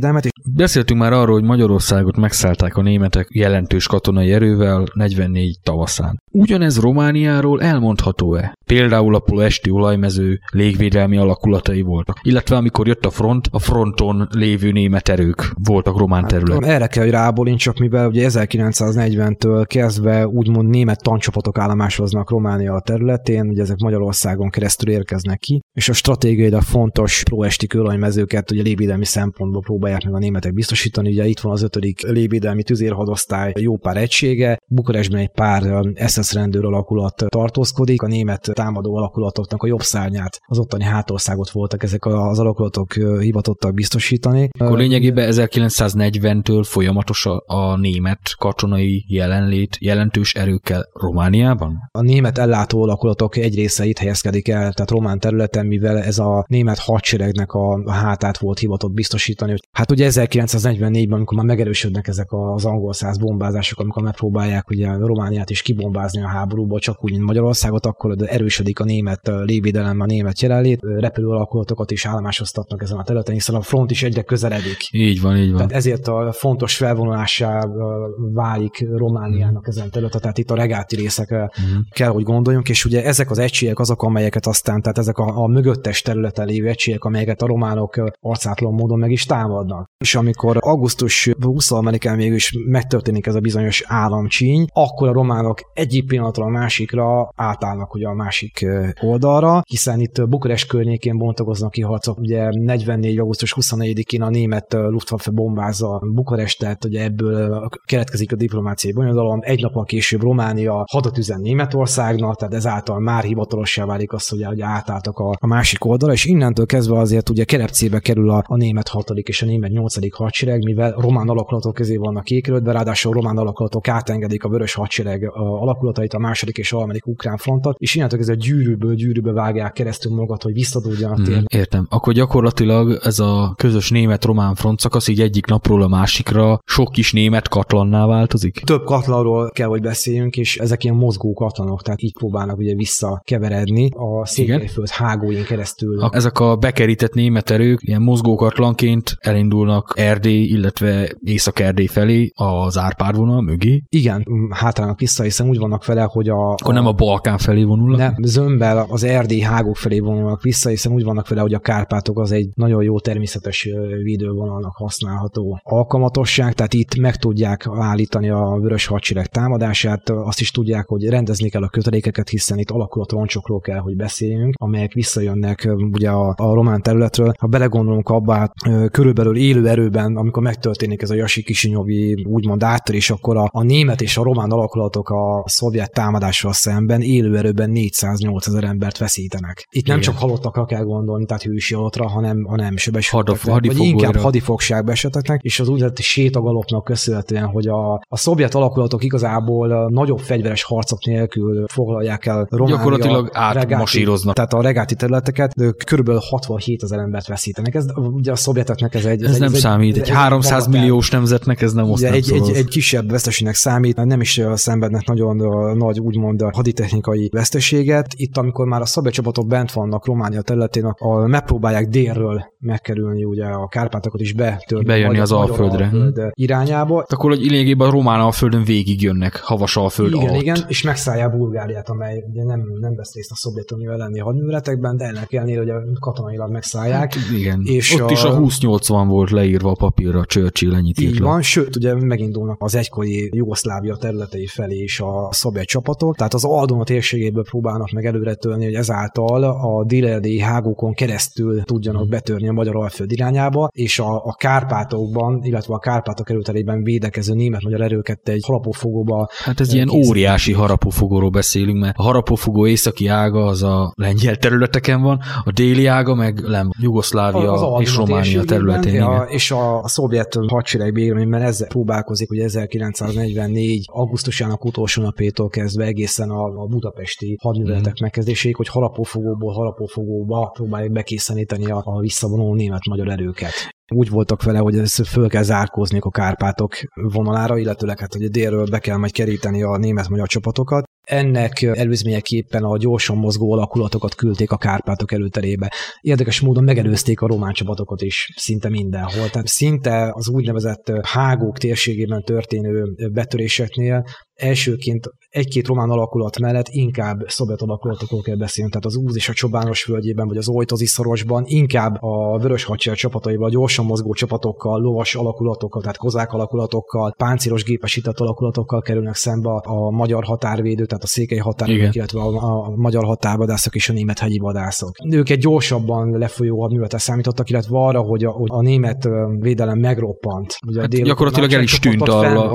Beszéltünk már arról, hogy Magyarországot megszállták a németek jelentős katonai erővel 44 tavaszán. Ugyanez Romániáról elmondható-e? Például a ploesti olajmező légvédelmi alakulatai voltak. Illetve amikor jött a front, a fronton lévő német erők voltak román területen. Erre kell, hogy rábolincsak, mivel ugye 1940-től kezdve úgymond német tankcsapatok állomásoznak Románia területén, ugye ezek Magyarországon keresztül érkeznek ki, és a stratégiailag fontos ploesti olajmezőket ugye légvédelmi szempontból próbálják meg a németek biztosítani. Ugye itt van az 5. légvédelmi tüzérhadosztály jó pár egysége, Bukarestben egy pár SS rendőr alakulat tartózkodik, a német támadó alakulatoknak a jobb szárnyát, az ottani hátországot voltak ezek az alakulatok hivatottak biztosítani. Akkor lényegében 1940-től folyamatos a német katonai jelenlét jelentős erőkkel Romániában? A német ellátó alakulatok egy része itt helyezkedik el, tehát román területen, mivel ez a német hadseregnek a hátát volt hivatott biztosítani. Hát ugye 1944-ben, amikor már megerősödnek ezek az angol száz bombázások, amikor megpróbálják ugye Romániát is kibombázni a háborúból, csak úgy, mint Magyarországot, akkor erősödik a német légvédelem, a német jelenlét, repülő alakulatokat is állomásoztatnak ezen a területen, hiszen a front is egyre közeledik. Így van, így van. Tehát ezért a fontos felvonulásá válik Romániának ezen területen, tehát itt a regáti részekre kell, hogy gondoljunk, és ugye ezek az egységek azok, amelyeket aztán, tehát ezek a mögöttes területen lévő egységek, amelyeket a románok arcátlan módon meg is támadnak. És amikor augusztus 20-án mégis megtörténik ez a bizonyos államcsíny, akkor a románok egyik pillanatról a másikra átállnak ugye a másik oldalra, hiszen itt Bukarest környékén bontakoznak ki harcok. Ugye 44. augusztus 24-én a német Luftwaffe bombázza Bukarestet, ugye ebből keletkezik a diplomáciai bonyodalom. Egy nappal később Románia hadat üzen Németországnak, tehát ezáltal már hivatalossá válik az, hogy átálltak a másik oldalra, és innentől kezdve azért ugye kelepcébe kerül a német 6. és a német 8. hadsereg, mivel román alakulatok közé vannak kékelődve, ráadásul román alakulatok átengedik a vörös hadsereg alakulatait, a 2. és a 3. ukrán frontot, és innentől kezdve gyűrűbe vágják keresztül magat, hogy visszatudjanak térni. Értem. Akkor gyakorlatilag ez a közös német-román front szakasz így egyik napról a másikra sok kis német katlanná változik? Több katlanról kell, hogy beszéljünk, és ezek ilyen mozgó katlanok, tehát így próbálnak ugye visszakeveredni a Székelyföld hágóin keresztül. Ezek a bekerített német erők ilyen mozgó katlanként elindulnak Erdély, illetve Észak-Erdély felé az Árpád-vonal mögé? Igen, hátrálnak vissza, hiszen úgy vannak vele, hogy akkor nem a Balkán felé vonulnak? Nem, zömbbel az erdélyi hágók felé vonulnak vissza, hiszen úgy vannak vele, hogy a Kárpátok az egy nagyon jó természetes védővonalnak használható alkalmatosság, tehát itt meg tudják állítani a vörös hadsereg támadását, azt is tudják, hogy rendezni kell a kötelékeket, hiszen itt alakulatroncsokról kell, hogy beszéljünk, amelyek visszajönnek ugye a román területről. Ha belegondolunk abba, körülbelül élő erőben, amikor megtörténik ez a Jasi-Kisinyovi úgymond áttörés, akkor a német és a román alakulatok a szovjet támadással szemben élő erőben 408 000 embert veszítenek. Itt nem csak halottakra kell gondolni, tehát hősi halottra, hanem sebesültekre, vagy inkább hadifogságba eseteknek, és az úgynevezett sétagalopnak köszönhetően, hogy a szovjet alakulatok igazából nagyobb fegyveres harcok nélkül foglalják el Románia. Gyakorlatilag átmasíroznak. Tehát a regáti területeket, de körülbelül 67 000 embert veszítenek. Ez ugye a szovjeteknek ez egy... Ez nem számít. Egy 300 milliós nemzetnek ez nem osztán egy kisebb veszteségnek számít, nem is szenvednek nagyon nagy úgymond haditechnikai veszteséget. Itt, amikor már a szovjet csapatok bent vannak Románia területén, megpróbálják délről megkerülni ugye a Kárpátokat is bejönni az Alföldre irányába. Akkor hogy lényegében a román Alföldön végig jönnek, havas Alföld alatt. Igen, és megszállják Bulgáriát, amely ugye nem vesz részt a Szovjetunió elleni hadműveletekben, de ennek ellenére, hogy a katonailag megszállják. Hát igen, és ott is a 20-80 volt leírva a papírra, Churchill ennyit írt. Így van, sőt, ugye megindulnak az egykori Jugoszlávia területei felé is a szovjet csapatok, tehát az Aldona térségéből próbálnak meg előre törni, hogy ezáltal a dél-erdélyi hágókon keresztül tudjanak betörni a magyar Alföld irányába, és a Kárpátokban, illetve a Kárpátok erőterében védekező német-magyar erőket egy harapófogóba. Hát ez ilyen óriási harapófogóról beszélünk, mert a harapófogó északi ága az a lengyel területeken van, a déli ága meg Jugoszlávia és Románia területén. És a szovjet hadsereg végre, ezzel próbálkozik, hogy 1944. augusztusának utolsó napjától kezdve egészen a budapesti hadműveletek megkezdéséig, hogy harapófogóba próbálják bekészeníteni a visszavonuló német-magyar erőket. Úgy voltak vele, hogy ezt föl kell zárkózni a Kárpátok vonalára, illetőleg hát, hogy délről be kell majd keríteni a német-magyar csapatokat. Ennek előzményeképpen a gyorsan mozgó alakulatokat küldték a Kárpátok előterébe. Érdekes módon megelőzték a román csapatokat is szinte mindenhol. Tehát szinte az úgynevezett hágók térségében történő betöréseknél elsőként egy-két román alakulat mellett inkább szovjet alakulatokról kell beszélni, tehát az Úz és a Csobános völgyében, vagy az Ojtozi szorosban inkább a Vörös Hadsereg csapataival, gyorsan mozgó csapatokkal, lovas alakulatokkal, tehát kozák alakulatokkal, páncélos gépesített alakulatokkal kerülnek szembe a magyar határvédő, tehát a székely határvédők, illetve a magyar határvadászok és a német hegyi vadászok. Őket gyorsabban lefolyó hadműveletre számítottak, illetve arra, hogy a német védelem megroppant. Hát gyakorlatilag el is tűnt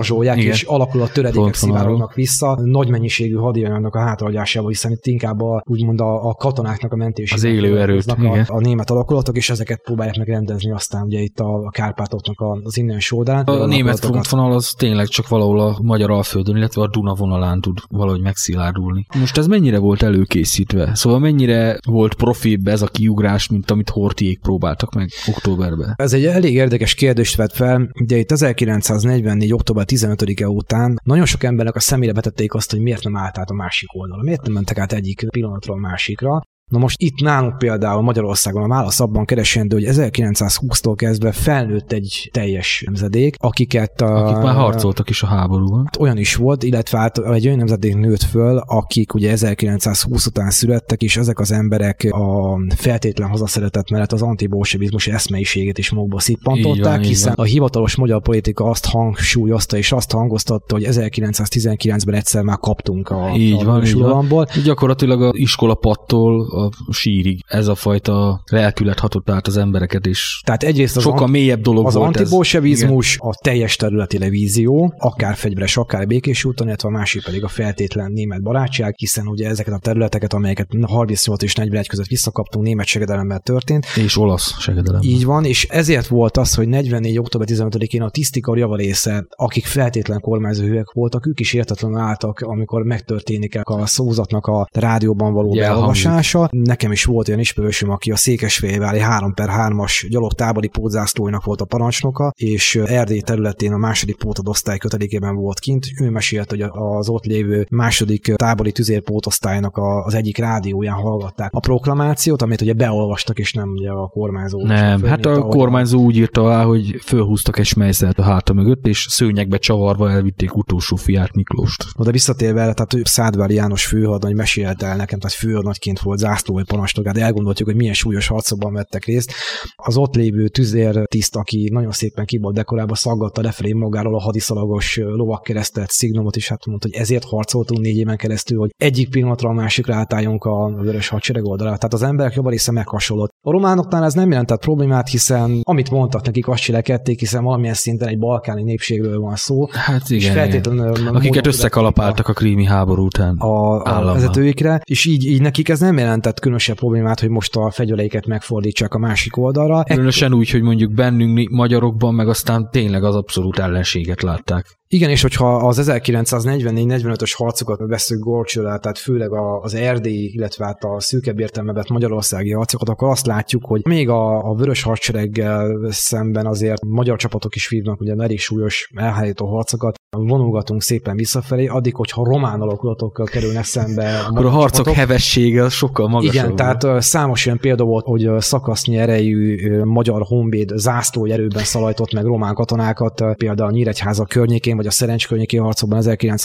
és alakulat töredékek szivárognak vissza, nagy mennyiségű hadionyannak a hátrahagyásával, hiszen itt inkább úgymond a katonáknak a mentésében az élő erőt, a német alakulatok, és ezeket próbálják meg rendezni aztán ugye itt a Kárpátoknak az innen sódán. A német frontvonal az tényleg csak valahol a magyar Alföldön, illetve a Duna vonalán tud valahogy megszilárdulni. Most ez mennyire volt előkészítve? Szóval mennyire volt profibb ez a kiugrás, mint amit Horthyék próbáltak meg októberben? Ez egy elég érdekes kérdést vett fel. Ugye itt 1944. október 15-e után nagyon sok embernek a szemére vetették azt, hogy miért nem állt át a másik oldalra, miért nem mentek át egyik pillanatról a másikra. Na most itt nálunk például Magyarországon a válasz abban keresendő, hogy 1920-tól kezdve felnőtt egy teljes nemzedék, akik már harcoltak is a háborúban. Olyan is volt, illetve hát egy olyan nemzedék nőtt föl, akik ugye 1920 után születtek, és ezek az emberek a feltétlen hazaszeretet mellett az antibolsevizmus eszmeiségét is magukba szippantották, hiszen a hivatalos magyar politika azt hangsúlyozta és azt hangoztatta, hogy 1919-ben egyszer már kaptunk a sugalomból. Gyakorlatilag a iskolapadtól a sírig ez a fajta lelkület hatott át az embereket is. Tehát egyrészt sokkal mélyebb dolog az volt antibolsevizmus, a teljes területi revízió, akár fegyveres, akár békés úton, illetve a másik pedig a feltétlen német barátság, hiszen ugye ezeket a területeket, amelyeket 38 és 41 között visszakaptunk, német segedelemmel történt. És olasz segedelemmel. Így van, és ezért volt az, hogy 44. október 15-én a tisztikar javarésze, akik feltétlen kormányzóhőek voltak, ők is értetlenül álltak, amikor megtörténik a szózatnak a rádióban való beolvasása. Nekem is volt olyan ismerősöm, aki a Székesfehérvári 3/3-as gyalogtábori pótzászlóinak volt a parancsnoka, és Erdély területén a második pótadosztály kötelékében volt kint. Ő mesélt, hogy az ott lévő második tábori tüzérpótosztálynak az egyik rádióján hallgatták a proklamációt, amit ugye beolvastak, és nem ugye a kormányzó. Nem, hát a kormányzó úgy írta alá, hogy fölhúztak egy smejszelt a háta mögött, és szőnyegbe csavarva elvitték utolsó fiát, Miklóst. De visszatérve, tehát Szádvári János főhadnagy mesélte el nekem, tehát főhadnagyként volt zászló vagy parancsnokát, elgondoltjuk, hogy milyen súlyos harcokban vettek részt. Az ott lévő tüzértiszt, aki nagyon szépen ki volt dekorálva, szaggatta lefelé magáról a hadiszalagos lovakkeresztelt szignomot, és hát mondta, hogy ezért harcoltunk 4 éven keresztül, hogy egyik pillanatra a másikra átálljunk a Vörös Hadsereg oldalára. Tehát az emberek javarésze meghasonlott. A románoknál ez nem jelentett problémát, hiszen amit mondtak nekik, azt cselekedték, hiszen valamilyen szinten egy balkáni népségről van szó. Hát igen, akiket összekalapáltak a krími háború után a vezetőikre, és így nekik ez nem jelentett különösebb problémát, hogy most a fegyvereiket megfordítsák a másik oldalra. Különösen úgy, hogy mondjuk bennünk magyarokban meg aztán tényleg az abszolút ellenséget látták. Igen, és hogyha az 1944-45-ös harcokat veszünk Gorcsőre, tehát főleg az erdélyi, illetve hát a szűkebb értelmeben magyarországi harcokat, akkor azt látjuk, hogy még a Vörös Hadsereggel szemben azért magyar csapatok is vívnak ugye elég súlyos elhárító harcokat, vonulgatunk szépen visszafelé, addig, hogyha román alakulatokkal kerülnek szembe akkor a harcok csapatok, hevessége sokkal magasabb. Igen, tehát számos olyan példa volt, hogy szakasznyi erejű magyar honvéd zászlóerőben szalajtott meg román katonákat, például a Nyíregyháza környékén, vagy a Szerencs környéki harcokban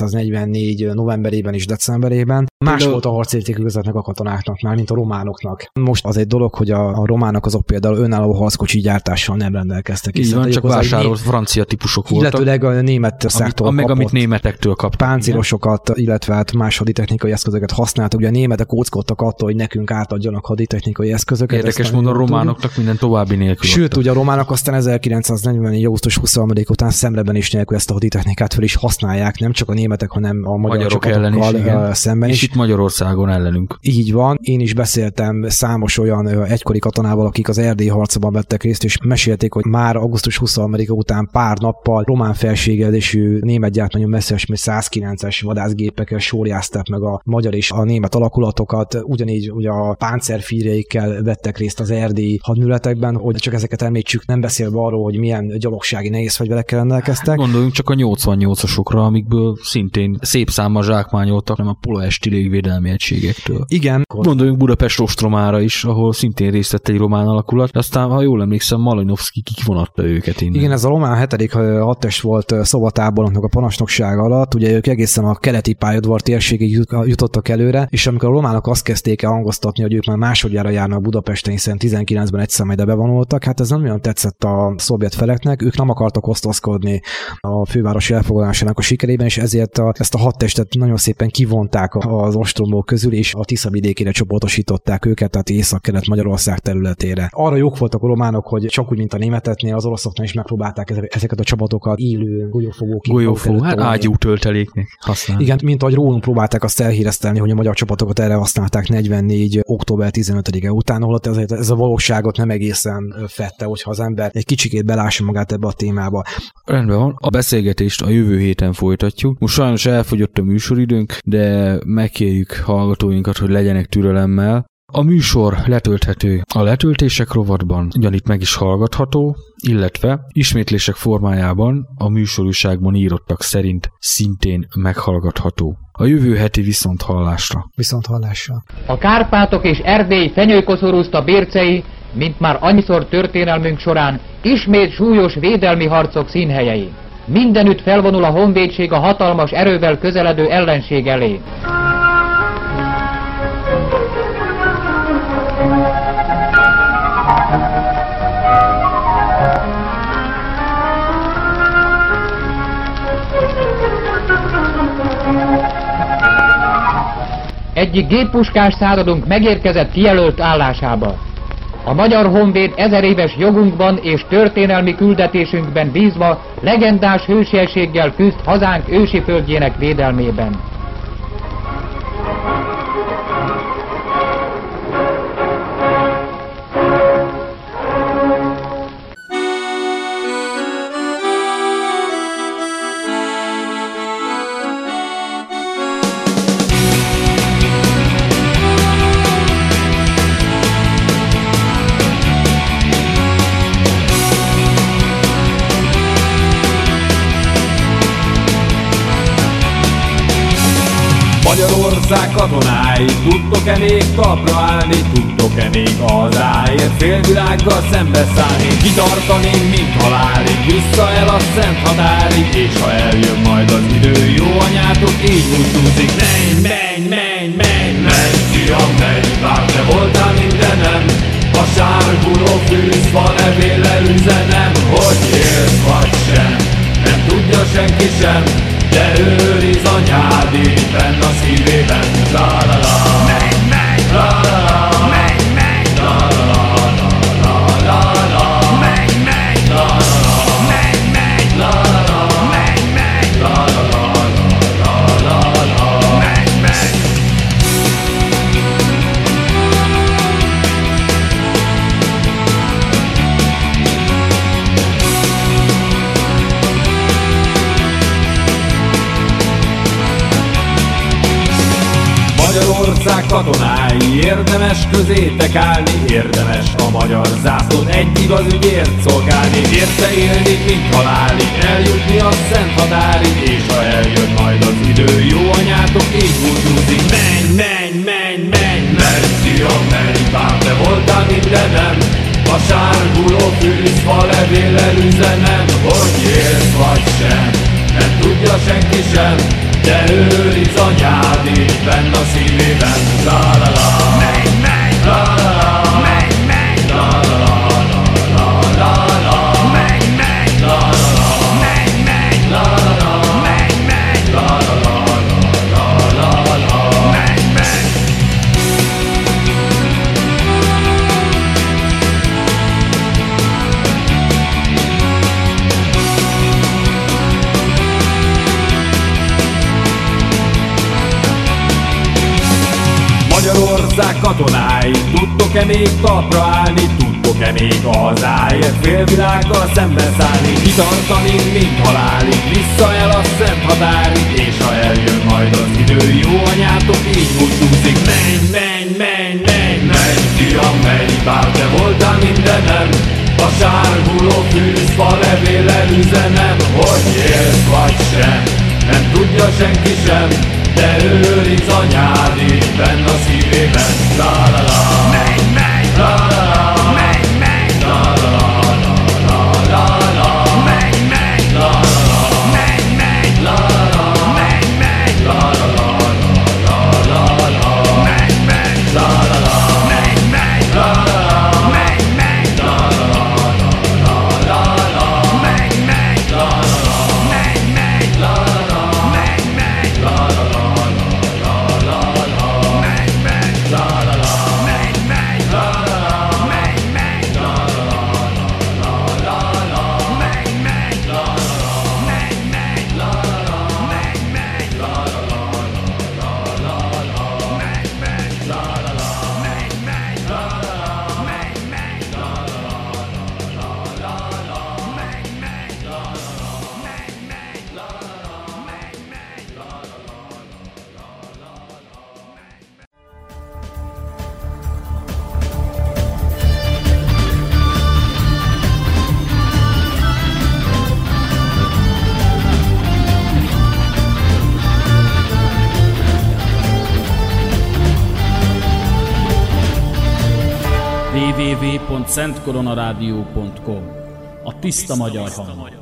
1944 novemberében és decemberében. Más volt a harcértékük ezeknek a katonáknak már, mint a románoknak. Most az egy dolog, hogy a románok azok például önálló harckocsi gyártással nem rendelkeztek. Így van, csak vásárolt francia típusok voltak. Illetőleg a német szártól meg amit németektől kaptak. Páncélosokat, illetve hát más haditechnikai eszközöket használtak. Ugye a németek óckodtak attól, hogy nekünk átadjanak haditechnikai eszközöket. Érdekes módon a románoknak minden további nélkül. Sőt, ugye a románok aztán 1944. augusztus 23. után szemreben is nélkül ezt a haditechnikát fel is használják, nem csak a németek, hanem a magyarok ellen is, szemben is. És itt Magyarországon ellenünk. Így van. Én is beszéltem számos olyan egykori katonával, akik az erdélyi harcban vettek részt, és mesélték, hogy már augusztus 23-a után pár nappal román felségedésű német gyártmányú Messerschmitt 109-es vadászgépekkel sorjázták meg a magyar és a német alakulatokat, ugyanígy ugye a páncérfíreikkel vettek részt az erdélyi hadműveletekben, hogy csak ezeket említsük, nem beszélve arról, hogy milyen gyalogsági nehéz fegyverekkel rendelkeztek. Gondoljunk csak a 88-asokra, amikből szintén szép számmal zsákmányoltak, nem a Poloesti légvédelmi egységektől. Igen. Gondoljunk Budapest ostromára is, ahol szintén részt vett egy román alakulat, de aztán, ha jól emlékszem, Malinowski kivonatta őket innen. Igen, ez a román 7. hadtest volt szobatábornoknak a parancsnokság alatt, ugye ők egészen a keleti pályaudvar térségig jutottak előre, és amikor a románok azt kezdték el hangoztatni, hogy ők már másodjára járnak Budapesten, hiszen 19-ben egyszer ide bevonultak, hát ez nem olyan tetszett a szovjet feleknek, ők nem akartak osztozkodni a fővárosi elfoglalásának a sikerében, és ezért ezt a hadtestet nagyon szépen kivonták az ostromok közül, és a Tisza vidékére csoportosították őket, tehát Észak-Kelet Magyarország területére. Arra jók voltak a románok, hogy csak úgy, mint a németeknél, az oroszoknál is megpróbálták ezeket a csapatokat élő golyófogó, hát ágyú tölteléknek használni. Igen, mint ahogy rólunk próbálták azt elhíreztelni, hogy a magyar csapatokat erre használták 44. október 15-e után, holott ez a valóságot nem egészen fette, hogyha az ember egy kicsikét belássa magát ebbe a témába. Rendben van, a beszélgetést a jövő héten folytatjuk. Most sajnos elfogyott a műsoridőnk, de megkérjük hallgatóinkat, hogy legyenek türelemmel. A műsor letölthető a letöltések rovatban, ugyanitt meg is hallgatható, illetve ismétlések formájában a műsorúságban írottak szerint szintén meghallgatható. A jövő heti viszonthallásra. Viszonthallásra. A Kárpátok és Erdély fenyőkoszorúzta bércei, mint már annyiszor történelmünk során, ismét súlyos védelmi harcok színhelyei. Mindenütt felvonul a honvédség a hatalmas erővel közeledő ellenség elé. Egyik géppuskás századunk megérkezett kijelölt állásába. A magyar honvéd 1000 éves jogunkban és történelmi küldetésünkben bízva legendás hősiességgel küzd hazánk ősi földjének védelmében. Magyarország katonái, tudtok-e még talpra állni, tudtok-e még hazáért félvilággal szembeszállni, kitartani, mint halálig, vissza el a szent határig, és ha eljön majd az idő, jó anyátok így búcsúzik. Menj, menj, menj, menj, menj, fiam, menj, bár te voltál mindenem, a sárguló fűzfa levéllel üzenem, hogy élsz vagy sem, nem tudja senki sem, de őriz anyád itt benn a szívében. La la la, menj, menj, la la la, menj, menj, la la la, la la la, menj, menj, la la la, menj, menj, la la la, menj, menj, la la la, la la la, menj, menj. Magyarország katonái, érdemes közétek állni, érdemes a magyar zászlót egy igaz ügyért szolgálni, érte élni, mint halálig, eljutni a szent határig, és ha eljön majd az idő, jó anyátok így búcsúzik. Menj, menj, menj, menj, menj, fiam, menj, bár te voltál mindenem, a sárguló fűzfa levéllel üzenem, hogy élsz vagy sem, nem tudja senki sem, de őriz anyád itt benn a szívében. La la la, menj, menj, la la la, menj, menj, la la la, la la la, menj, menj, la la la, menj, menj, la la la, menj, menj, la la la, menj, menj. Magyarország katonái, tudtok-e még talpra állni, tudtok-e még a hazáért félvilággal szembeszállni, kitartani, mint halálig, vissza el a szent határig, és ha eljön majd az idő, jó anyátok így búcsúzik. Menj, menj, menj, menj, menj, fiam, menj, bár te voltál mindenem, a sárguló fűzfa levéllel üzenem, hogy élsz vagy sem, nem tudja senki sem, de őriz anyád itt benn a szívében. La la la, menj, menj, la la la, menj, menj, la la la, la la la, menj, menj, la la la, menj, menj, la la la, menj, menj, la la la, la la la, menj, menj, la la la, menj, menj, la la la, menj, menj, la la la, la la la, menj, menj, la la la, menj, menj, la la la, menj, menj, la la la. www.szentkoronarádió.com. A tiszta magyar hang.